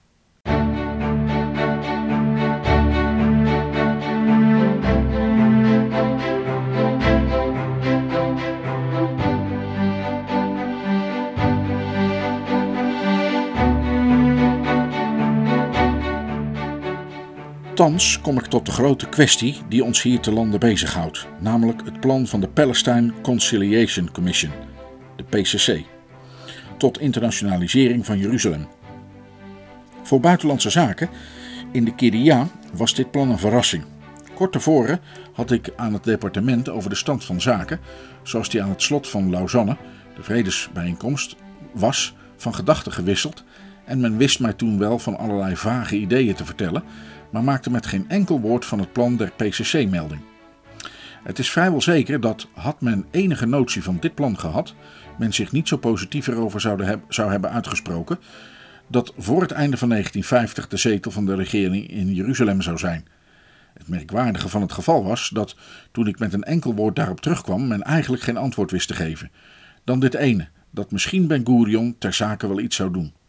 Thans kom ik tot de grote kwestie die ons hier te lande bezighoudt, namelijk het plan van de Palestine Conciliation Commission, de P C C, tot internationalisering van Jeruzalem. Voor buitenlandse zaken in de Kidia was dit plan een verrassing. Kort tevoren had ik aan het departement over de stand van zaken, zoals die aan het slot van Lausanne, de vredesbijeenkomst, was, van gedachten gewisseld en men wist mij toen wel van allerlei vage ideeën te vertellen, maar maakte met geen enkel woord van het plan der P C C melding. Het is vrijwel zeker dat, had men enige notie van dit plan gehad, men zich niet zo positief erover zou, heb, zou hebben uitgesproken, dat voor het einde van negentien vijftig de zetel van de regering in Jeruzalem zou zijn. Het merkwaardige van het geval was dat toen ik met een enkel woord daarop terugkwam, men eigenlijk geen antwoord wist te geven. Dan dit ene, dat misschien Ben-Gurion ter zake wel iets zou doen.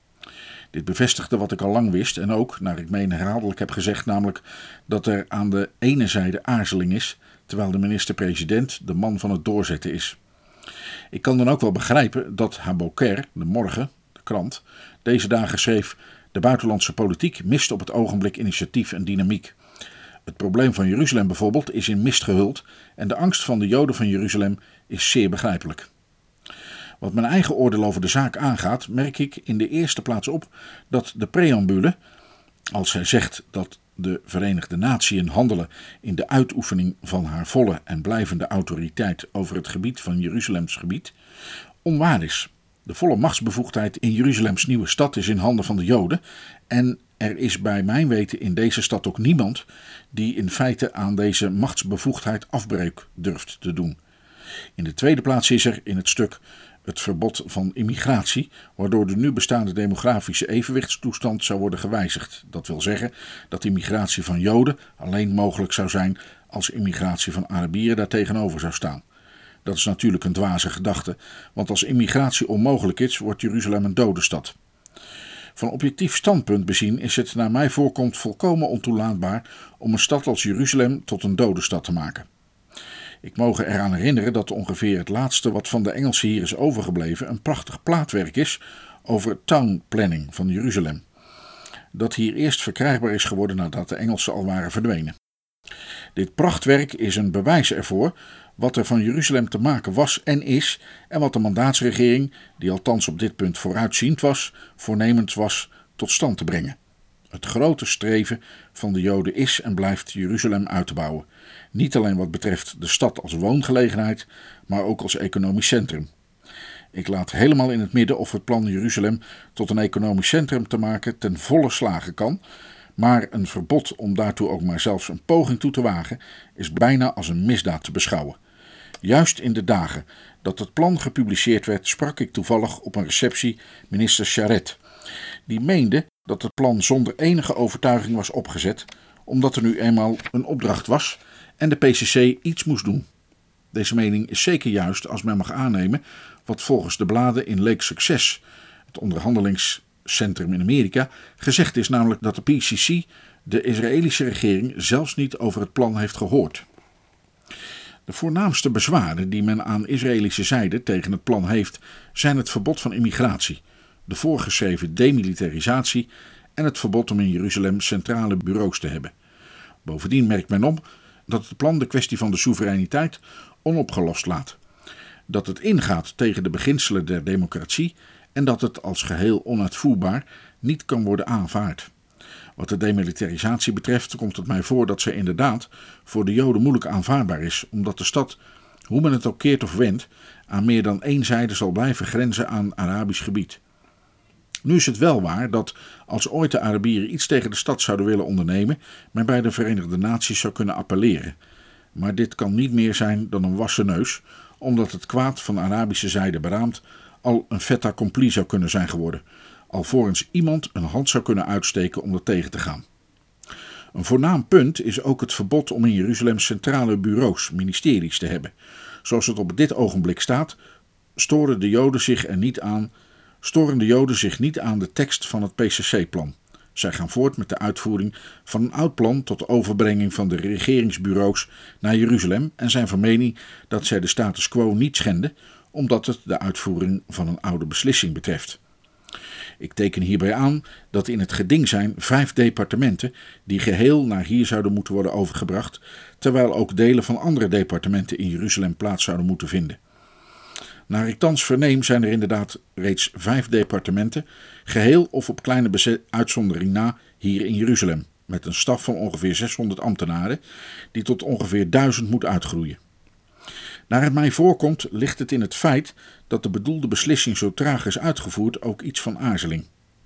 Dit bevestigde wat ik al lang wist en ook, naar ik meen herhaaldelijk heb gezegd, namelijk dat er aan de ene zijde aarzeling is, terwijl de minister-president de man van het doorzetten is. Ik kan dan ook wel begrijpen dat Haboker, de Morgen, de krant, deze dagen schreef: de buitenlandse politiek mist op het ogenblik initiatief en dynamiek. Het probleem van Jeruzalem bijvoorbeeld is in mist gehuld en de angst van de Joden van Jeruzalem is zeer begrijpelijk. Wat mijn eigen oordeel over de zaak aangaat, merk ik in de eerste plaats op dat de preambule, als zij zegt dat de Verenigde Naties handelen in de uitoefening van haar volle en blijvende autoriteit over het gebied van Jeruzalems gebied, onwaar is. De volle machtsbevoegdheid in Jeruzalems nieuwe stad is in handen van de Joden en er is bij mijn weten in deze stad ook niemand die in feite aan deze machtsbevoegdheid afbreuk durft te doen. In de tweede plaats is er in het stuk het verbod van immigratie, waardoor de nu bestaande demografische evenwichtstoestand zou worden gewijzigd. Dat wil zeggen dat immigratie van Joden alleen mogelijk zou zijn als immigratie van Arabieren daar tegenover zou staan. Dat is natuurlijk een dwaze gedachte, want als immigratie onmogelijk is, wordt Jeruzalem een dode stad. Van objectief standpunt bezien is het naar mij voorkomt volkomen ontoelaatbaar om een stad als Jeruzalem tot een dode stad te maken. Ik mogen eraan herinneren dat ongeveer het laatste wat van de Engelsen hier is overgebleven een prachtig plaatwerk is over town planning van Jeruzalem, dat hier eerst verkrijgbaar is geworden nadat de Engelsen al waren verdwenen. Dit prachtwerk is een bewijs ervoor wat er van Jeruzalem te maken was en is en wat de mandaatsregering, die althans op dit punt vooruitziend was, voornemens was tot stand te brengen. Het grote streven van de Joden is en blijft Jeruzalem uit te bouwen. Niet alleen wat betreft de stad als woongelegenheid, maar ook als economisch centrum. Ik laat helemaal in het midden of het plan Jeruzalem tot een economisch centrum te maken ten volle slagen kan, maar een verbod om daartoe ook maar zelfs een poging toe te wagen is bijna als een misdaad te beschouwen. Juist in de dagen dat het plan gepubliceerd werd, sprak ik toevallig op een receptie minister Sharet. Die meende dat het plan zonder enige overtuiging was opgezet, omdat er nu eenmaal een opdracht was en de P C C iets moest doen. Deze mening is zeker juist als men mag aannemen wat volgens de bladen in Lake Success, het onderhandelingscentrum in Amerika, gezegd is, namelijk dat de P C C de Israëlische regering zelfs niet over het plan heeft gehoord. De voornaamste bezwaren die men aan Israëlische zijde tegen het plan heeft, zijn het verbod van immigratie, de voorgeschreven demilitarisatie en het verbod om in Jeruzalem centrale bureaus te hebben. Bovendien merkt men op dat het plan de kwestie van de soevereiniteit onopgelost laat, dat het ingaat tegen de beginselen der democratie en dat het als geheel onuitvoerbaar niet kan worden aanvaard. Wat de demilitarisatie betreft komt het mij voor dat zij inderdaad voor de Joden moeilijk aanvaardbaar is, omdat de stad, hoe men het ook keert of wendt, aan meer dan één zijde zal blijven grenzen aan Arabisch gebied. Nu is het wel waar dat als ooit de Arabieren iets tegen de stad zouden willen ondernemen, men bij de Verenigde Naties zou kunnen appelleren. Maar dit kan niet meer zijn dan een wassen neus, omdat het kwaad van Arabische zijde beraamd al een fait accompli zou kunnen zijn geworden, alvorens iemand een hand zou kunnen uitsteken om dat tegen te gaan. Een voornaam punt is ook het verbod om in Jeruzalem centrale bureaus, ministeries te hebben. Zoals het op dit ogenblik staat, storen de Joden zich er niet aan, storen de Joden zich niet aan de tekst van het P C C-plan. Zij gaan voort met de uitvoering van een oud plan tot de overbrenging van de regeringsbureaus naar Jeruzalem en zijn van mening dat zij de status quo niet schenden, omdat het de uitvoering van een oude beslissing betreft. Ik teken hierbij aan dat in het geding zijn vijf departementen die geheel naar hier zouden moeten worden overgebracht, terwijl ook delen van andere departementen in Jeruzalem plaats zouden moeten vinden. Naar ik thans verneem zijn er inderdaad reeds vijf departementen, geheel of op kleine uitzondering na, hier in Jeruzalem, met een staf van ongeveer zeshonderd ambtenaren, die tot ongeveer duizend moet uitgroeien. Naar het mij voorkomt ligt het in het feit dat de bedoelde beslissing zo traag is uitgevoerd ook iets van aarzeling.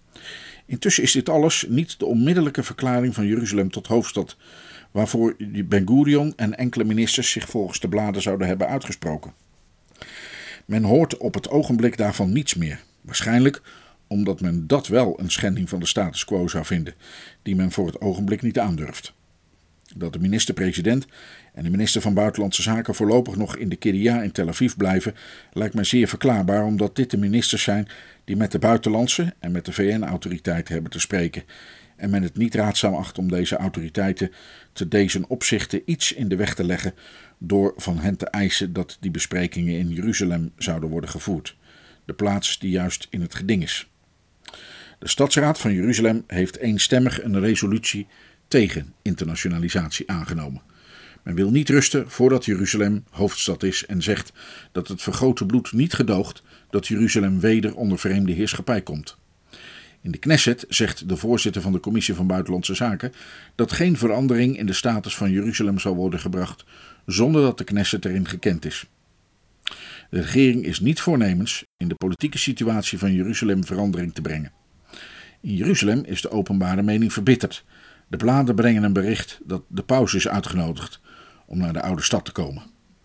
Intussen is dit alles niet de onmiddellijke verklaring van Jeruzalem tot hoofdstad, waarvoor Ben-Gurion en enkele ministers zich volgens de bladen zouden hebben uitgesproken. Men hoort op het ogenblik daarvan niets meer, waarschijnlijk omdat men dat wel een schending van de status quo zou vinden, die men voor het ogenblik niet aandurft. Dat de minister-president en de minister van Buitenlandse Zaken voorlopig nog in de Kiryat in Tel Aviv blijven, lijkt mij zeer verklaarbaar, omdat dit de ministers zijn die met de buitenlandse en met de V N-autoriteiten hebben te spreken en men het niet raadzaam acht om deze autoriteiten te deze opzichten iets in de weg te leggen door van hen te eisen dat die besprekingen in Jeruzalem zouden worden gevoerd, de plaats die juist in het geding is. De Stadsraad van Jeruzalem heeft eenstemmig een resolutie tegen internationalisatie aangenomen. Men wil niet rusten voordat Jeruzalem hoofdstad is en zegt dat het vergoten bloed niet gedoogt dat Jeruzalem weder onder vreemde heerschappij komt. In de Knesset zegt de voorzitter van de Commissie van Buitenlandse Zaken dat geen verandering in de status van Jeruzalem zal worden gebracht zonder dat de Knesset erin gekend is. De regering is niet voornemens in de politieke situatie van Jeruzalem verandering te brengen. In Jeruzalem is de openbare mening verbitterd. De bladen brengen een bericht dat de paus is uitgenodigd om naar de oude stad te komen.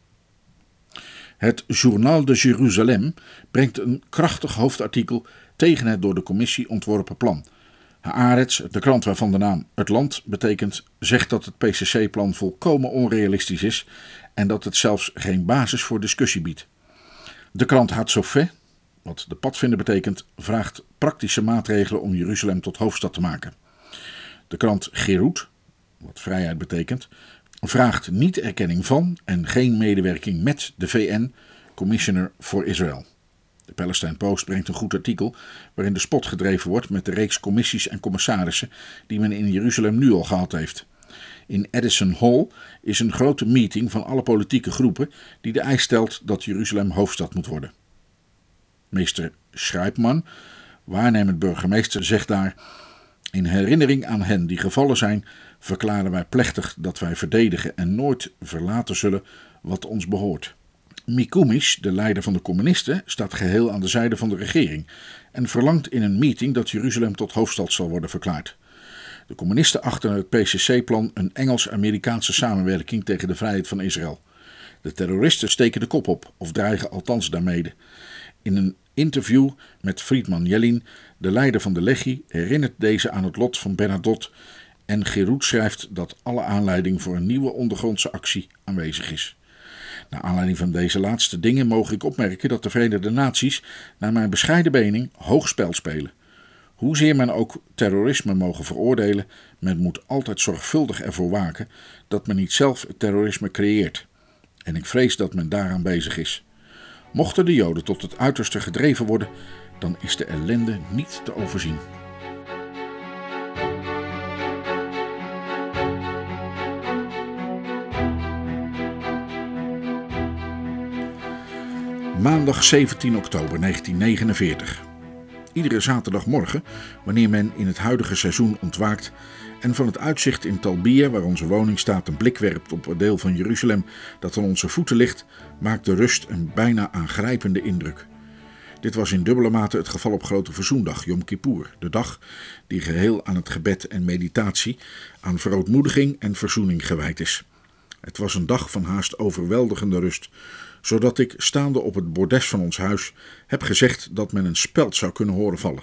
Het Journal de Jérusalem brengt een krachtig hoofdartikel tegen het door de commissie ontworpen plan. Haaretz, de krant waarvan de naam Het Land betekent, zegt dat het P C C-plan volkomen onrealistisch is en dat het zelfs geen basis voor discussie biedt. De krant Hatzofeh, wat de padvinder betekent, vraagt praktische maatregelen om Jeruzalem tot hoofdstad te maken. De krant Gerut, wat vrijheid betekent, vraagt niet erkenning van en geen medewerking met de V N Commissioner for Israel. De Palestine Post brengt een goed artikel waarin de spot gedreven wordt met de reeks commissies en commissarissen die men in Jeruzalem nu al gehad heeft. In Edison Hall is een grote meeting van alle politieke groepen die de eis stelt dat Jeruzalem hoofdstad moet worden. Meester Schrijpman, waarnemend burgemeester, zegt daar: in herinnering aan hen die gevallen zijn, verklaren wij plechtig dat wij verdedigen en nooit verlaten zullen wat ons behoort. Mikumis, de leider van de communisten, staat geheel aan de zijde van de regering en verlangt in een meeting dat Jeruzalem tot hoofdstad zal worden verklaard. De communisten achten het P C C-plan een Engels-Amerikaanse samenwerking tegen de vrijheid van Israël. De terroristen steken de kop op, of dreigen althans daarmee. In een interview met Friedman Yellin, de leider van de Legie, herinnert deze aan het lot van Bernadotte en Gerut schrijft dat alle aanleiding voor een nieuwe ondergrondse actie aanwezig is. Naar aanleiding van deze laatste dingen mogen ik opmerken dat de Verenigde Naties, naar mijn bescheiden mening, hoog spel spelen. Hoezeer men ook terrorisme mogen veroordelen, men moet altijd zorgvuldig ervoor waken dat men niet zelf het terrorisme creëert. En ik vrees dat men daaraan bezig is. Mochten de Joden tot het uiterste gedreven worden, dan is de ellende niet te overzien. Maandag zeventien oktober negentien negenenveertig. Iedere zaterdagmorgen, wanneer men in het huidige seizoen ontwaakt en van het uitzicht in Talbiya, waar onze woning staat, een blik werpt op het deel van Jeruzalem dat aan onze voeten ligt, maakt de rust een bijna aangrijpende indruk. Dit was in dubbele mate het geval op Grote Verzoendag, Yom Kippur, de dag die geheel aan het gebed en meditatie, aan verootmoediging en verzoening gewijd is. Het was een dag van haast overweldigende rust, zodat ik, staande op het bordes van ons huis, heb gezegd dat men een speld zou kunnen horen vallen.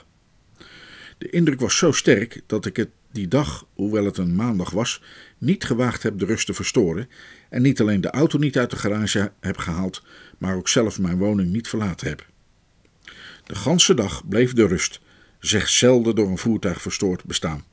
De indruk was zo sterk dat ik het die dag, hoewel het een maandag was, niet gewaagd heb de rust te verstoren en niet alleen de auto niet uit de garage heb gehaald, maar ook zelf mijn woning niet verlaten heb. De ganse dag bleef de rust, zeg zelden door een voertuig verstoord, bestaan.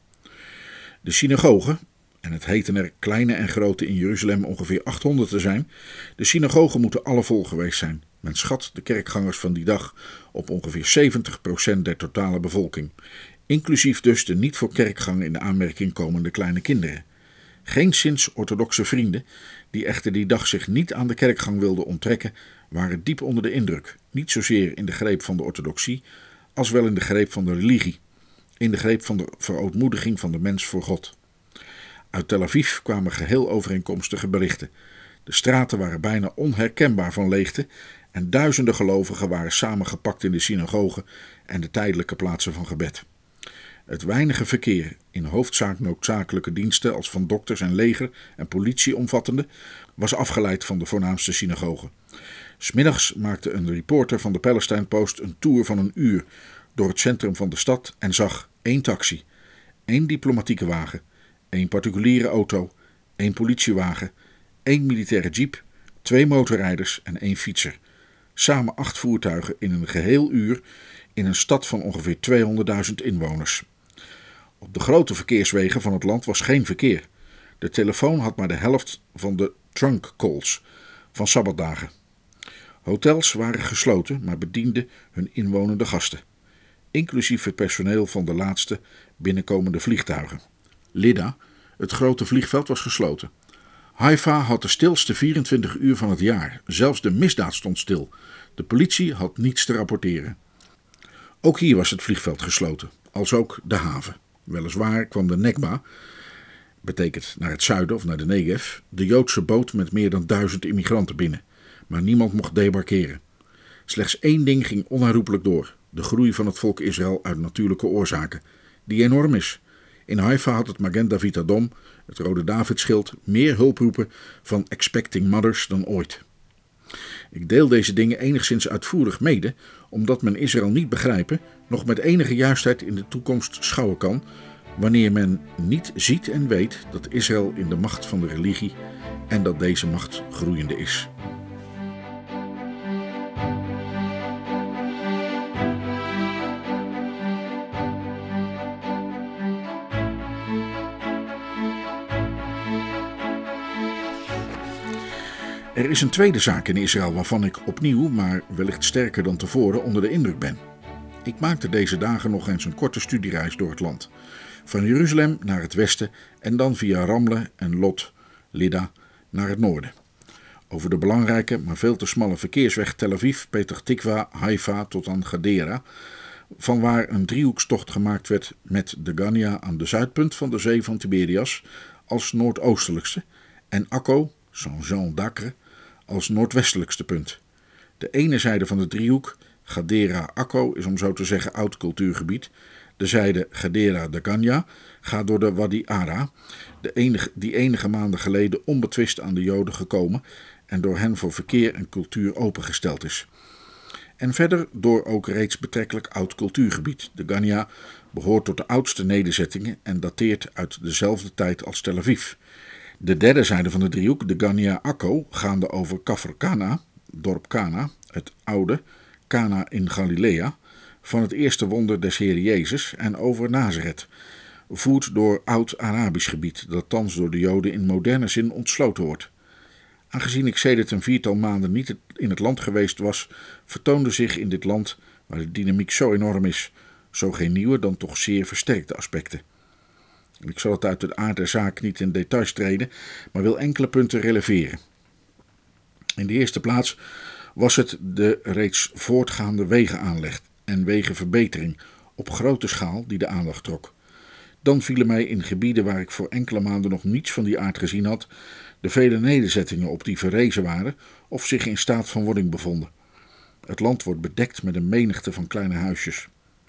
De synagogen, en het heten er kleine en grote in Jeruzalem ongeveer achthonderd te zijn, de synagogen moeten alle vol geweest zijn. Men schat de kerkgangers van die dag op ongeveer zeventig procent der totale bevolking, inclusief dus de niet voor kerkgang in de aanmerking komende kleine kinderen. Geenszins orthodoxe vrienden, die echter die dag zich niet aan de kerkgang wilden onttrekken, waren diep onder de indruk, niet zozeer in de greep van de orthodoxie, als wel in de greep van de religie, in de greep van de verootmoediging van de mens voor God. Uit Tel Aviv kwamen geheel overeenkomstige berichten. De straten waren bijna onherkenbaar van leegte en duizenden gelovigen waren samengepakt in de synagogen en de tijdelijke plaatsen van gebed. Het weinige verkeer, in hoofdzaak noodzakelijke diensten als van dokters en leger en politie omvattende, was afgeleid van de voornaamste synagogen. 'S Middags maakte een reporter van de Palestine Post een tour van een uur door het centrum van de stad en zag één taxi, één diplomatieke wagen, één particuliere auto, één politiewagen, één militaire jeep, twee motorrijders en één fietser. Samen acht voertuigen in een geheel uur in een stad van ongeveer tweehonderdduizend inwoners. Op de grote verkeerswegen van het land was geen verkeer. De telefoon had maar de helft van de trunk calls van sabbatdagen. Hotels waren gesloten, maar bedienden hun inwonende gasten, inclusief het personeel van de laatste binnenkomende vliegtuigen. Lydda, het grote vliegveld, was gesloten. Haifa had de stilste vierentwintig uur van het jaar. Zelfs de misdaad stond stil. De politie had niets te rapporteren. Ook hier was het vliegveld gesloten, als ook de haven. Weliswaar kwam de Nekba, betekent naar het zuiden of naar de Negev, de Joodse boot met meer dan duizend immigranten binnen. Maar niemand mocht debarkeren. Slechts één ding ging onherroepelijk door: de groei van het volk Israël uit natuurlijke oorzaken, die enorm is. In Haifa had het Magen David Adom, het Rode Davidschild, meer hulproepen van expecting mothers dan ooit. Ik deel deze dingen enigszins uitvoerig mede, omdat men Israël niet begrijpen, nog met enige juistheid in de toekomst schouwen kan, wanneer men niet ziet en weet dat Israël in de macht van de religie en dat deze macht groeiende is. Er is een tweede zaak in Israël waarvan ik opnieuw, maar wellicht sterker dan tevoren, onder de indruk ben. Ik maakte deze dagen nog eens een korte studiereis door het land. Van Jeruzalem naar het westen en dan via Ramle en Lot, Lydda, naar het noorden. Over de belangrijke, maar veel te smalle verkeersweg Tel Aviv, Petach Tikwa, Haifa tot aan Gadera, vanwaar een driehoekstocht gemaakt werd met de Gania aan de zuidpunt van de zee van Tiberias als noordoostelijkste en Akko, Saint-Jean d'Acre, als noordwestelijkste punt. De ene zijde van de driehoek, Gadera-Akko, is om zo te zeggen oud cultuurgebied. De zijde Gadera-de Ganya gaat door de Wadi Ara, de enige, die enige maanden geleden onbetwist aan de Joden gekomen en door hen voor verkeer en cultuur opengesteld is. En verder door ook reeds betrekkelijk oud cultuurgebied. De Ganya behoort tot de oudste nederzettingen en dateert uit dezelfde tijd als Tel Aviv. De derde zijde van de driehoek, de Gania-Akko, gaande over Kafr Kana, dorp Kana, het oude Kana in Galilea, van het eerste wonder des Heer Jezus, en over Nazareth, voert door oud-Arabisch gebied, dat thans door de Joden in moderne zin ontsloten wordt. Aangezien ik sedert een viertal maanden niet in het land geweest was, vertoonde zich in dit land, waar de dynamiek zo enorm is, zo geen nieuwe, dan toch zeer versterkte aspecten. Ik zal het uit de aard der zaak niet in details treden, maar wil enkele punten releveren. In de eerste plaats was het de reeds voortgaande wegenaanleg en wegenverbetering op grote schaal die de aandacht trok. Dan vielen mij in gebieden waar ik voor enkele maanden nog niets van die aard gezien had, de vele nederzettingen op die verrezen waren of zich in staat van wording bevonden. Het land wordt bedekt met een menigte van kleine huisjes.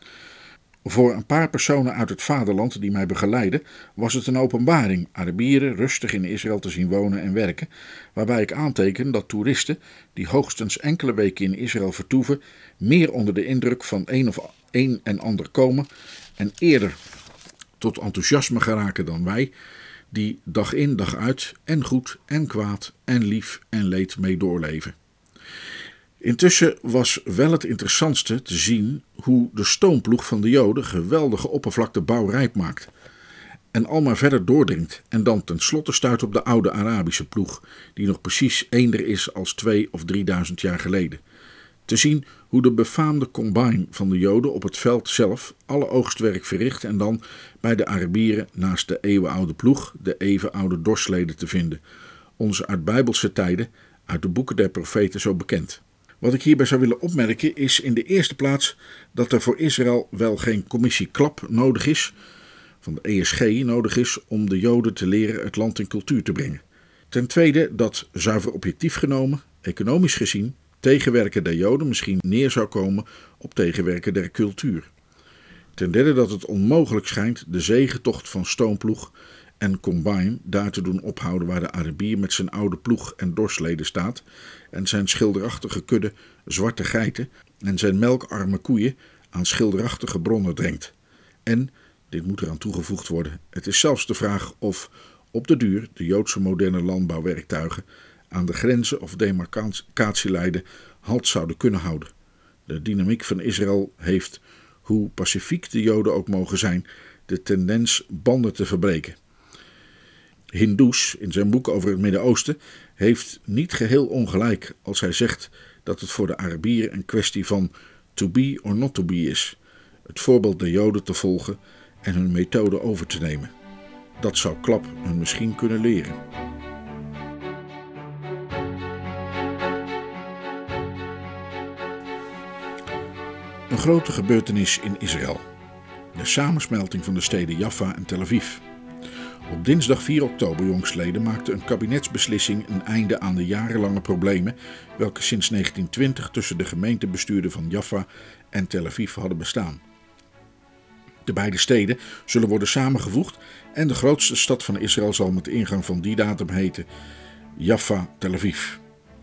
Voor een paar personen uit het vaderland die mij begeleidden, was het een openbaring Arabieren rustig in Israël te zien wonen en werken, waarbij ik aanteken dat toeristen die hoogstens enkele weken in Israël vertoeven, meer onder de indruk van een of een en ander komen en eerder tot enthousiasme geraken dan wij, die dag in dag uit en goed en kwaad en lief en leed mee doorleven. Intussen was wel het interessantste te zien hoe de stoomploeg van de Joden geweldige oppervlakte bouwrijp maakt en al maar verder doordringt en dan tenslotte stuit op de oude Arabische ploeg, die nog precies eender is als twee of drieduizend jaar geleden. Te zien hoe de befaamde combine van de Joden op het veld zelf alle oogstwerk verricht en dan bij de Arabieren naast de eeuwenoude ploeg de eeuwenoude dorsleden te vinden, onze uit bijbelse tijden, uit de boeken der profeten zo bekend. Wat ik hierbij zou willen opmerken is in de eerste plaats dat er voor Israël wel geen commissie Klap nodig is, van de E S G nodig is om de Joden te leren het land in cultuur te brengen. Ten tweede dat, zuiver objectief genomen, economisch gezien, tegenwerken der Joden misschien neer zou komen op tegenwerken der cultuur. Ten derde dat het onmogelijk schijnt de zegentocht van stoomploeg en combine daar te doen ophouden waar de Arabier met zijn oude ploeg en dorsleden staat en zijn schilderachtige kudde zwarte geiten en zijn melkarme koeien aan schilderachtige bronnen drenkt. En, dit moet eraan toegevoegd worden, het is zelfs de vraag of op de duur de Joodse moderne landbouwwerktuigen aan de grenzen of demarcatielijnen halt zouden kunnen houden. De dynamiek van Israël heeft, hoe pacifiek de Joden ook mogen zijn, de tendens banden te verbreken. Hindoes, in zijn boek over het Midden-Oosten, heeft niet geheel ongelijk als hij zegt dat het voor de Arabieren een kwestie van to be or not to be is. Het voorbeeld der Joden te volgen en hun methode over te nemen. Dat zou Klap hun misschien kunnen leren. Een grote gebeurtenis in Israël. De samensmelting van de steden Jaffa en Tel Aviv. Op dinsdag vier oktober jongstleden maakte een kabinetsbeslissing een einde aan de jarenlange problemen welke sinds negentien twintig tussen de gemeentebestuurden van Jaffa en Tel Aviv hadden bestaan. De beide steden zullen worden samengevoegd en de grootste stad van Israël zal met ingang van die datum heten Jaffa Tel Aviv.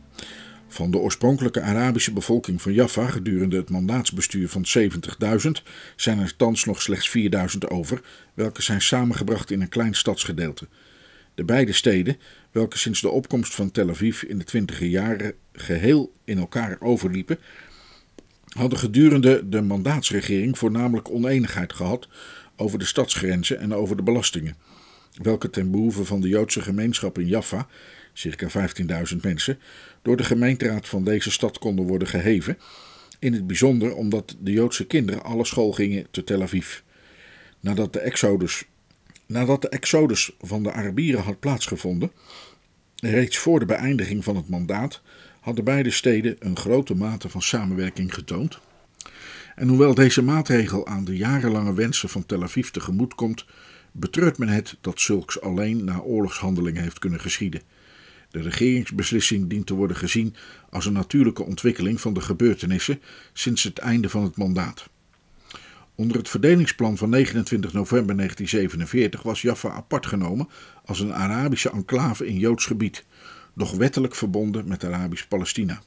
Van de oorspronkelijke Arabische bevolking van Jaffa gedurende het mandaatsbestuur van zeventigduizend zijn er thans nog slechts vierduizend over, welke zijn samengebracht in een klein stadsgedeelte. De beide steden, welke sinds de opkomst van Tel Aviv in de twintiger jaren geheel in elkaar overliepen, hadden gedurende de mandaatsregering voornamelijk oneenigheid gehad over de stadsgrenzen en over de belastingen, welke ten behoeve van de Joodse gemeenschap in Jaffa, circa vijftienduizend mensen, door de gemeenteraad van deze stad konden worden geheven, in het bijzonder omdat de Joodse kinderen alle school gingen te Tel Aviv. Nadat de exodus, nadat de exodus van de Arabieren had plaatsgevonden, reeds voor de beëindiging van het mandaat, hadden beide steden een grote mate van samenwerking getoond. En hoewel deze maatregel aan de jarenlange wensen van Tel Aviv tegemoet komt, betreurt men het dat zulks alleen na oorlogshandelingen heeft kunnen geschieden. De regeringsbeslissing dient te worden gezien als een natuurlijke ontwikkeling van de gebeurtenissen sinds het einde van het mandaat. Onder het verdelingsplan van negenentwintig november negentien zevenenveertig was Jaffa apart genomen als een Arabische enclave in Joods gebied, doch wettelijk verbonden met Arabisch-Palestina.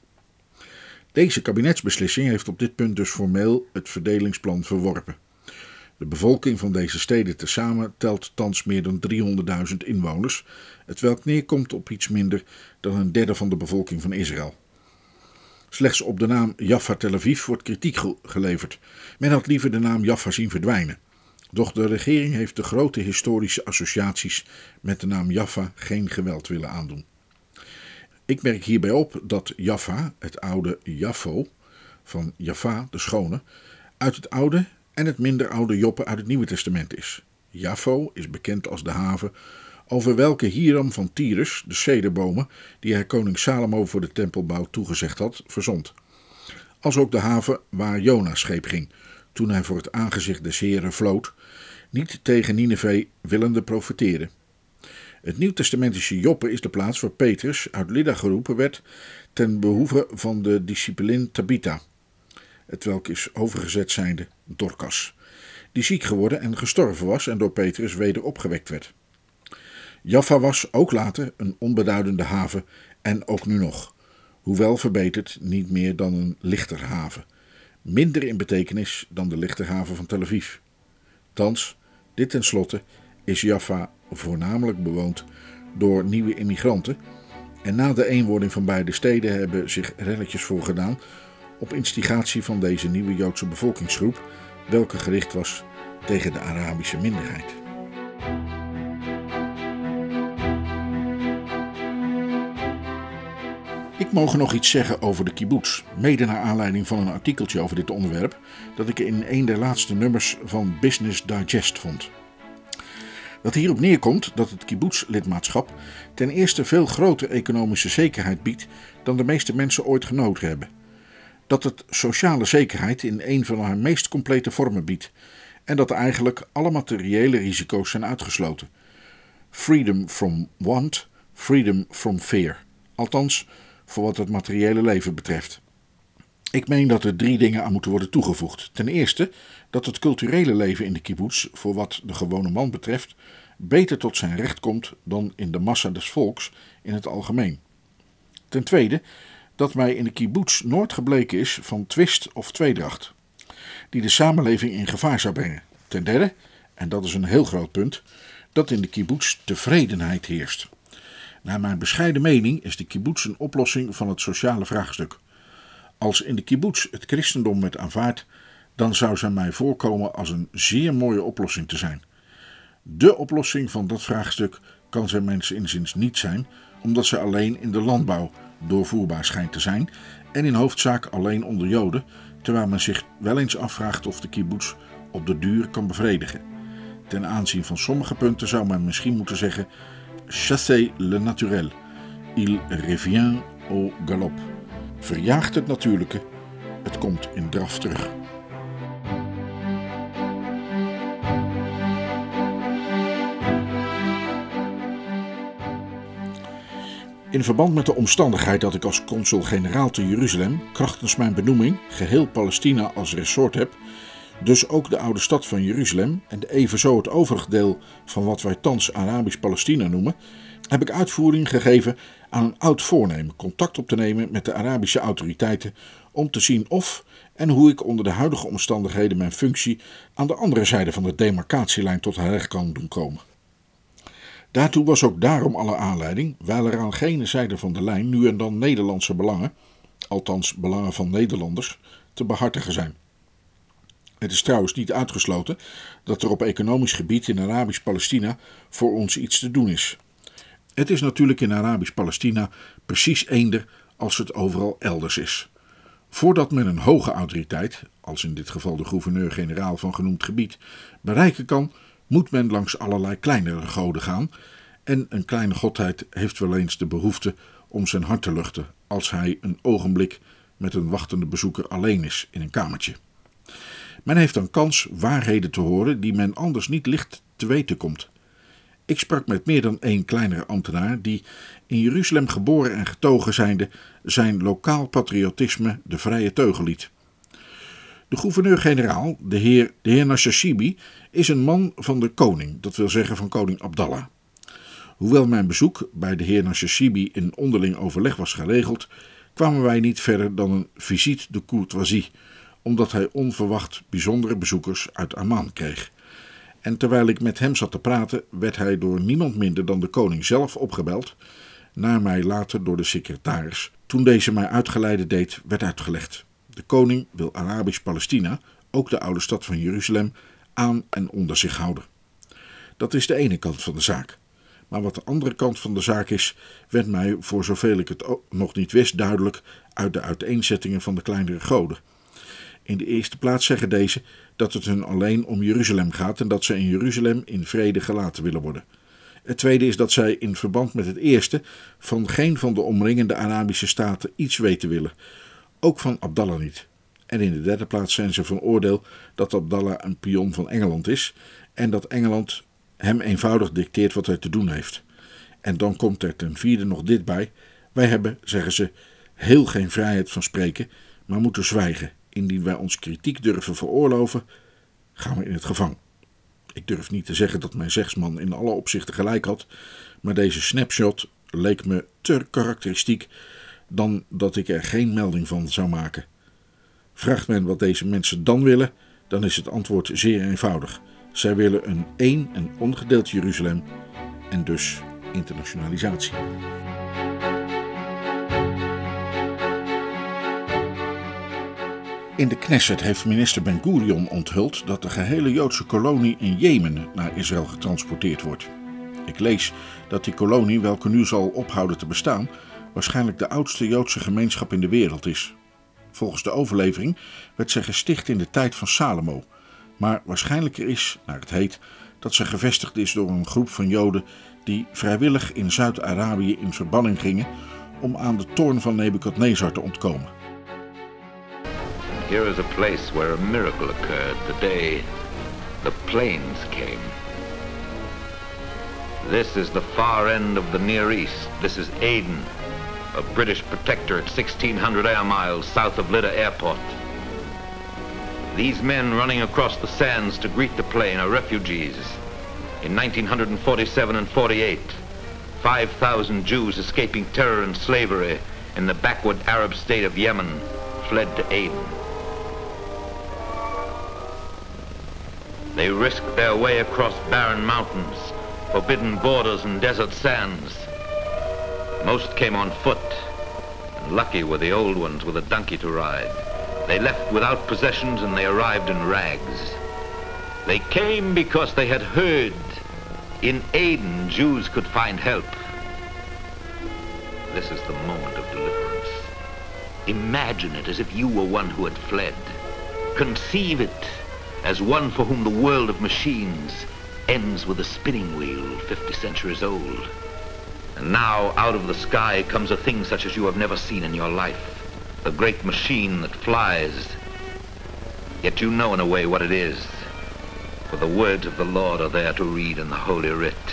Deze kabinetsbeslissing heeft op dit punt dus formeel het verdelingsplan verworpen. De bevolking van deze steden tezamen telt thans meer dan driehonderdduizend inwoners, hetwelk neerkomt op iets minder dan een derde van de bevolking van Israël. Slechts op de naam Jaffa Tel Aviv wordt kritiek geleverd. Men had liever de naam Jaffa zien verdwijnen. Doch de regering heeft de grote historische associaties met de naam Jaffa geen geweld willen aandoen. Ik merk hierbij op dat Jaffa, het oude Jaffo, van Jaffa, de schone, uit het oude en het minder oude Joppe uit het Nieuwe Testament is. Jaffo is bekend als de haven over welke Hiram van Tyrus de cederbomen die hij koning Salomo voor de tempelbouw toegezegd had, verzond. Als ook de haven waar Jona scheep ging, toen hij voor het aangezicht des Heren vlood, niet tegen Nineve willende profeteren. Het Nieuwtestamentische Joppe is de plaats waar Petrus uit Lydda geroepen werd ten behoeve van de discipelin Tabitha, hetwelk is overgezet zijnde Dorcas, die ziek geworden en gestorven was en door Petrus weder opgewekt werd. Jaffa was ook later een onbeduidende haven en ook nu nog, hoewel verbeterd niet meer dan een lichterhaven, minder in betekenis dan de lichterhaven van Tel Aviv. Thans, dit tenslotte, is Jaffa voornamelijk bewoond door nieuwe immigranten en na de eenwording van beide steden hebben zich relletjes voorgedaan op instigatie van deze nieuwe Joodse bevolkingsgroep, welke gericht was tegen de Arabische minderheid. Ik mogen nog iets zeggen over de kibbutz, mede naar aanleiding van een artikeltje over dit onderwerp dat ik in een der laatste nummers van Business Digest vond. Dat hierop neerkomt dat het kibbutz-lidmaatschap ten eerste veel grotere economische zekerheid biedt dan de meeste mensen ooit genoten hebben. Dat het sociale zekerheid in een van haar meest complete vormen biedt en dat eigenlijk alle materiële risico's zijn uitgesloten. Freedom from want, freedom from fear. Althans, voor wat het materiële leven betreft. Ik meen dat er drie dingen aan moeten worden toegevoegd. Ten eerste dat het culturele leven in de kibbutz, voor wat de gewone man betreft, beter tot zijn recht komt dan in de massa des volks in het algemeen. Ten tweede dat mij in de kibbutz nooit gebleken is van twist of tweedracht, die de samenleving in gevaar zou brengen. Ten derde, en dat is een heel groot punt, dat in de kibbutz tevredenheid heerst. Naar mijn bescheiden mening is de kibbutz een oplossing van het sociale vraagstuk. Als in de kibbutz het christendom werd aanvaard, dan zou zij mij voorkomen als een zeer mooie oplossing te zijn. De oplossing van dat vraagstuk kan zij mijns inziens niet zijn, omdat ze alleen in de landbouw doorvoerbaar schijnt te zijn en in hoofdzaak alleen onder Joden, terwijl men zich wel eens afvraagt of de kibbutz op de duur kan bevredigen. Ten aanzien van sommige punten zou men misschien moeten zeggen: chassez le naturel, il revient au galop. Verjaagt het natuurlijke, het komt in draf terug. In verband met de omstandigheid dat ik als consul-generaal te Jeruzalem, krachtens mijn benoeming, geheel Palestina als resort heb, dus ook de oude stad van Jeruzalem en evenzo het overige deel van wat wij thans Arabisch-Palestina noemen, heb ik uitvoering gegeven aan een oud voornemen contact op te nemen met de Arabische autoriteiten om te zien of en hoe ik onder de huidige omstandigheden mijn functie aan de andere zijde van de demarcatielijn tot haar recht kan doen komen. Daartoe was ook daarom alle aanleiding, wijl er aan gene zijde van de lijn nu en dan Nederlandse belangen, althans belangen van Nederlanders, te behartigen zijn. Het is trouwens niet uitgesloten dat er op economisch gebied in Arabisch-Palestina voor ons iets te doen is. Het is natuurlijk in Arabisch-Palestina precies eender als het overal elders is. Voordat men een hoge autoriteit, als in dit geval de gouverneur-generaal van genoemd gebied, bereiken kan, moet men langs allerlei kleinere goden gaan en een kleine godheid heeft wel eens de behoefte om zijn hart te luchten als hij een ogenblik met een wachtende bezoeker alleen is in een kamertje. Men heeft dan kans waarheden te horen die men anders niet licht te weten komt. Ik sprak met meer dan één kleinere ambtenaar die, in Jeruzalem geboren en getogen zijnde, zijn lokaal patriotisme de vrije teugel liet. De gouverneur-generaal, de heer, de heer Nashashibi, is een man van de koning, dat wil zeggen van koning Abdallah. Hoewel mijn bezoek bij de heer Nashashibi in onderling overleg was geregeld, kwamen wij niet verder dan een visite de courtoisie, omdat hij onverwacht bijzondere bezoekers uit Amman kreeg. En terwijl ik met hem zat te praten, werd hij door niemand minder dan de koning zelf opgebeld, naar mij later door de secretaris, toen deze mij uitgeleide deed, werd uitgelegd. De koning wil Arabisch-Palestina, ook de oude stad van Jeruzalem, aan en onder zich houden. Dat is de ene kant van de zaak. Maar wat de andere kant van de zaak is, werd mij, voor zoveel ik het nog niet wist, duidelijk uit de uiteenzettingen van de kleinere goden. In de eerste plaats zeggen deze dat het hun alleen om Jeruzalem gaat en dat zij in Jeruzalem in vrede gelaten willen worden. Het tweede is dat zij in verband met het eerste van geen van de omringende Arabische staten iets weten willen, ook van Abdallah niet. En in de derde plaats zijn ze van oordeel dat Abdallah een pion van Engeland is en dat Engeland hem eenvoudig dicteert wat hij te doen heeft. En dan komt er ten vierde nog dit bij: wij hebben, zeggen ze, heel geen vrijheid van spreken, maar moeten zwijgen. Indien wij ons kritiek durven veroorloven, gaan we in het gevang. Ik durf niet te zeggen dat mijn zegsman in alle opzichten gelijk had, maar deze snapshot leek me te karakteristiek dan dat ik er geen melding van zou maken. Vraagt men wat deze mensen dan willen, dan is het antwoord zeer eenvoudig. Zij willen een één en ongedeeld Jeruzalem en dus internationalisatie. In de Knesset heeft minister Ben-Gurion onthuld dat de gehele Joodse kolonie in Jemen naar Israël getransporteerd wordt. Ik lees dat die kolonie, welke nu zal ophouden te bestaan, waarschijnlijk de oudste Joodse gemeenschap in de wereld is. Volgens de overlevering werd zij gesticht in de tijd van Salomo, maar waarschijnlijker is, naar het heet, dat ze gevestigd is door een groep van Joden die vrijwillig in Zuid-Arabië in verbanning gingen om aan de toorn van Nebukadnezar te ontkomen. Here is a place where a miracle occurred the day the planes came. This is the far end of the Near East. This is Aden, a British protectorate sixteen hundred air miles south of Lydda Airport. These men running across the sands to greet the plane are refugees. In nineteen forty-seven and forty-eight, five thousand Jews escaping terror and slavery in the backward Arab state of Yemen fled to Aden. They risked their way across barren mountains, forbidden borders and desert sands. Most came on foot, and lucky were the old ones with a donkey to ride. They left without possessions and they arrived in rags. They came because they had heard in Aden Jews could find help. This is the moment of deliverance. Imagine it as if you were one who had fled. Conceive it as one for whom the world of machines ends with a spinning wheel fifty centuries old. And now out of the sky comes a thing such as you have never seen in your life. The great machine that flies. Yet you know in a way what it is. For the words of the Lord are there to read in the Holy Writ.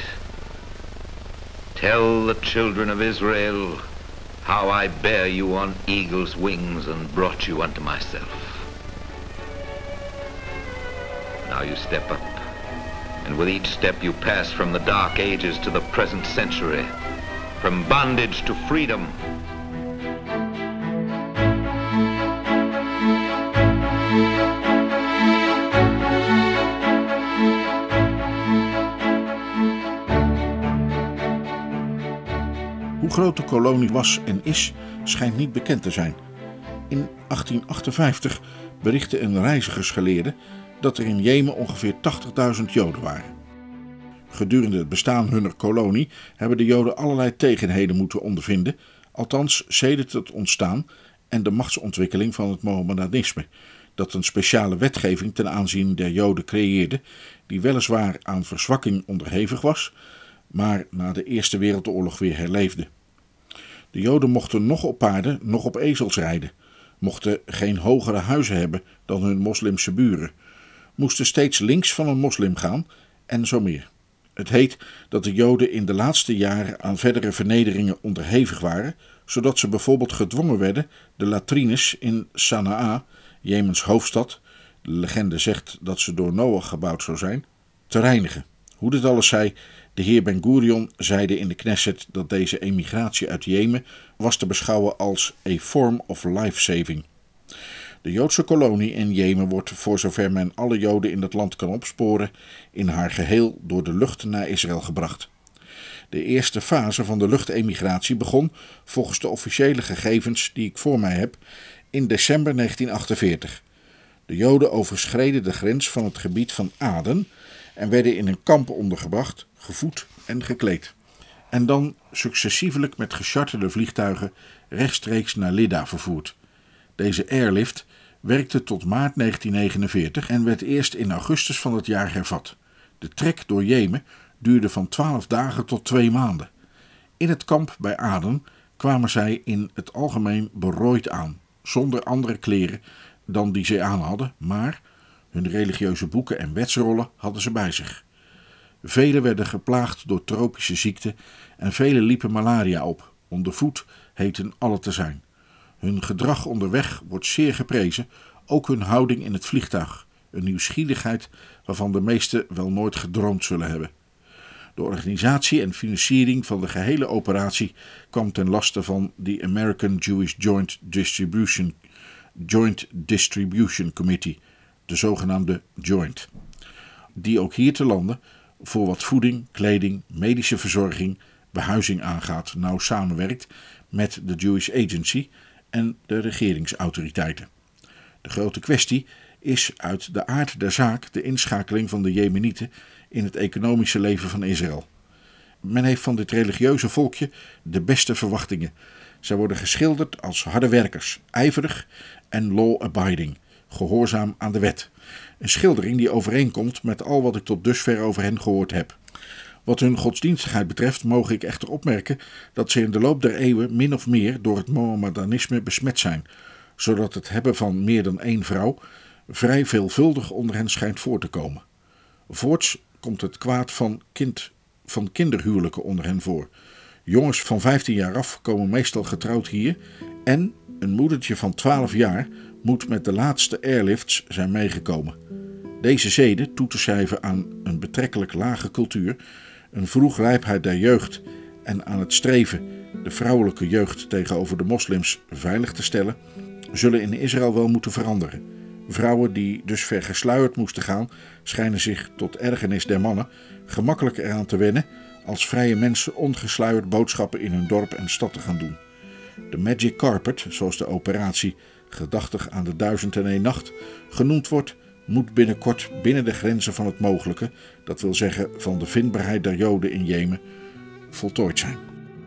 Tell the children of Israel how I bare you on eagle's wings and brought you unto myself. Now you step up, and with each step you pass from the dark ages to the present century, from bondage to freedom. Hoe groot de kolonie was en is, schijnt niet bekend te zijn. In achttien achtenvijftig berichtte een reizigersgeleerde dat er in Jemen ongeveer tachtigduizend Joden waren. Gedurende het bestaan hunner kolonie hebben de Joden allerlei tegenheden moeten ondervinden, althans sedert het ontstaan en de machtsontwikkeling van het Mohammedanisme, dat een speciale wetgeving ten aanzien der Joden creëerde, die weliswaar aan verzwakking onderhevig was, maar na de Eerste Wereldoorlog weer herleefde. De Joden mochten nog op paarden, nog op ezels rijden, mochten geen hogere huizen hebben dan hun moslimse buren, moesten steeds links van een moslim gaan en zo meer. Het heet dat de Joden in de laatste jaren aan verdere vernederingen onderhevig waren, zodat ze bijvoorbeeld gedwongen werden de latrines in Sana'a, Jemens hoofdstad, de legende zegt dat ze door Noach gebouwd zou zijn, te reinigen. Hoe dit alles zij, de heer Ben Gurion zeide in de Knesset dat deze emigratie uit Jemen was te beschouwen als a form of life-saving. De Joodse kolonie in Jemen wordt, voor zover men alle Joden in het land kan opsporen, in haar geheel door de lucht naar Israël gebracht. De eerste fase van de luchtemigratie begon, volgens de officiële gegevens die ik voor mij heb, in december negentien achtenveertig. De Joden overschreden de grens van het gebied van Aden en werden in een kamp ondergebracht, gevoed en gekleed. En dan successievelijk met gecharterde vliegtuigen rechtstreeks naar Lydda vervoerd. Deze airlift werkte tot maart negentien negenenveertig en werd eerst in augustus van het jaar hervat. De trek door Jemen duurde van twaalf dagen tot twee maanden. In het kamp bij Aden kwamen zij in het algemeen berooid aan, zonder andere kleren dan die zij aan hadden, maar hun religieuze boeken en wetsrollen hadden ze bij zich. Velen werden geplaagd door tropische ziekten en velen liepen malaria op. Ondervoed heten alle te zijn. Hun gedrag onderweg wordt zeer geprezen, ook hun houding in het vliegtuig. Een nieuwsgierigheid waarvan de meesten wel nooit gedroomd zullen hebben. De organisatie en financiering van de gehele operatie kwam ten laste van de American Jewish Joint Distribution, Joint Distribution Committee, de zogenaamde Joint, die ook hier te lande voor wat voeding, kleding, medische verzorging, behuizing aangaat nauw samenwerkt met de Jewish Agency en de regeringsautoriteiten. De grote kwestie is uit de aard der zaak de inschakeling van de Jemenieten in het economische leven van Israël. Men heeft van dit religieuze volkje de beste verwachtingen. Zij worden geschilderd als harde werkers, ijverig en law-abiding, gehoorzaam aan de wet. Een schildering die overeenkomt met al wat ik tot dusver over hen gehoord heb. Wat hun godsdienstigheid betreft mogen ik echter opmerken dat ze in de loop der eeuwen min of meer door het Mohammedanisme besmet zijn, zodat het hebben van meer dan één vrouw vrij veelvuldig onder hen schijnt voor te komen. Voorts komt het kwaad van, kind, van kinderhuwelijken onder hen voor. Jongens van vijftien jaar af komen meestal getrouwd hier en een moedertje van twaalf jaar moet met de laatste airlifts zijn meegekomen. Deze zeden, toe te schrijven aan een betrekkelijk lage cultuur, een vroegrijpheid der jeugd en aan het streven de vrouwelijke jeugd tegenover de moslims veilig te stellen, zullen in Israël wel moeten veranderen. Vrouwen die dus vergesluierd moesten gaan, schijnen zich tot ergernis der mannen gemakkelijk eraan te wennen als vrije mensen ongesluierd boodschappen in hun dorp en stad te gaan doen. De Magic Carpet, zoals de operatie gedachtig aan de duizend en één nacht genoemd wordt, moet binnenkort binnen de grenzen van het mogelijke, dat wil zeggen van de vindbaarheid der Joden in Jemen, voltooid zijn.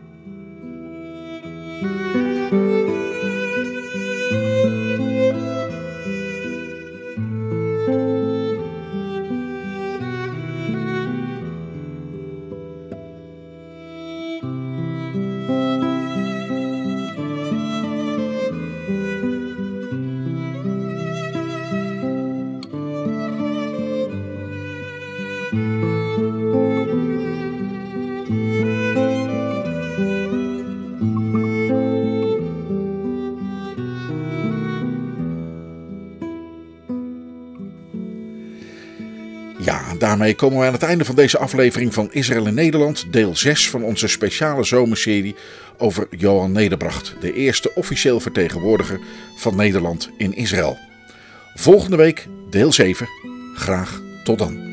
Ja, en daarmee komen we aan het einde van deze aflevering van Israël in Nederland, deel zes van onze speciale zomerserie over Johan Nederbracht, de eerste officieel vertegenwoordiger van Nederland in Israël. Volgende week deel zeven. Graag tot dan.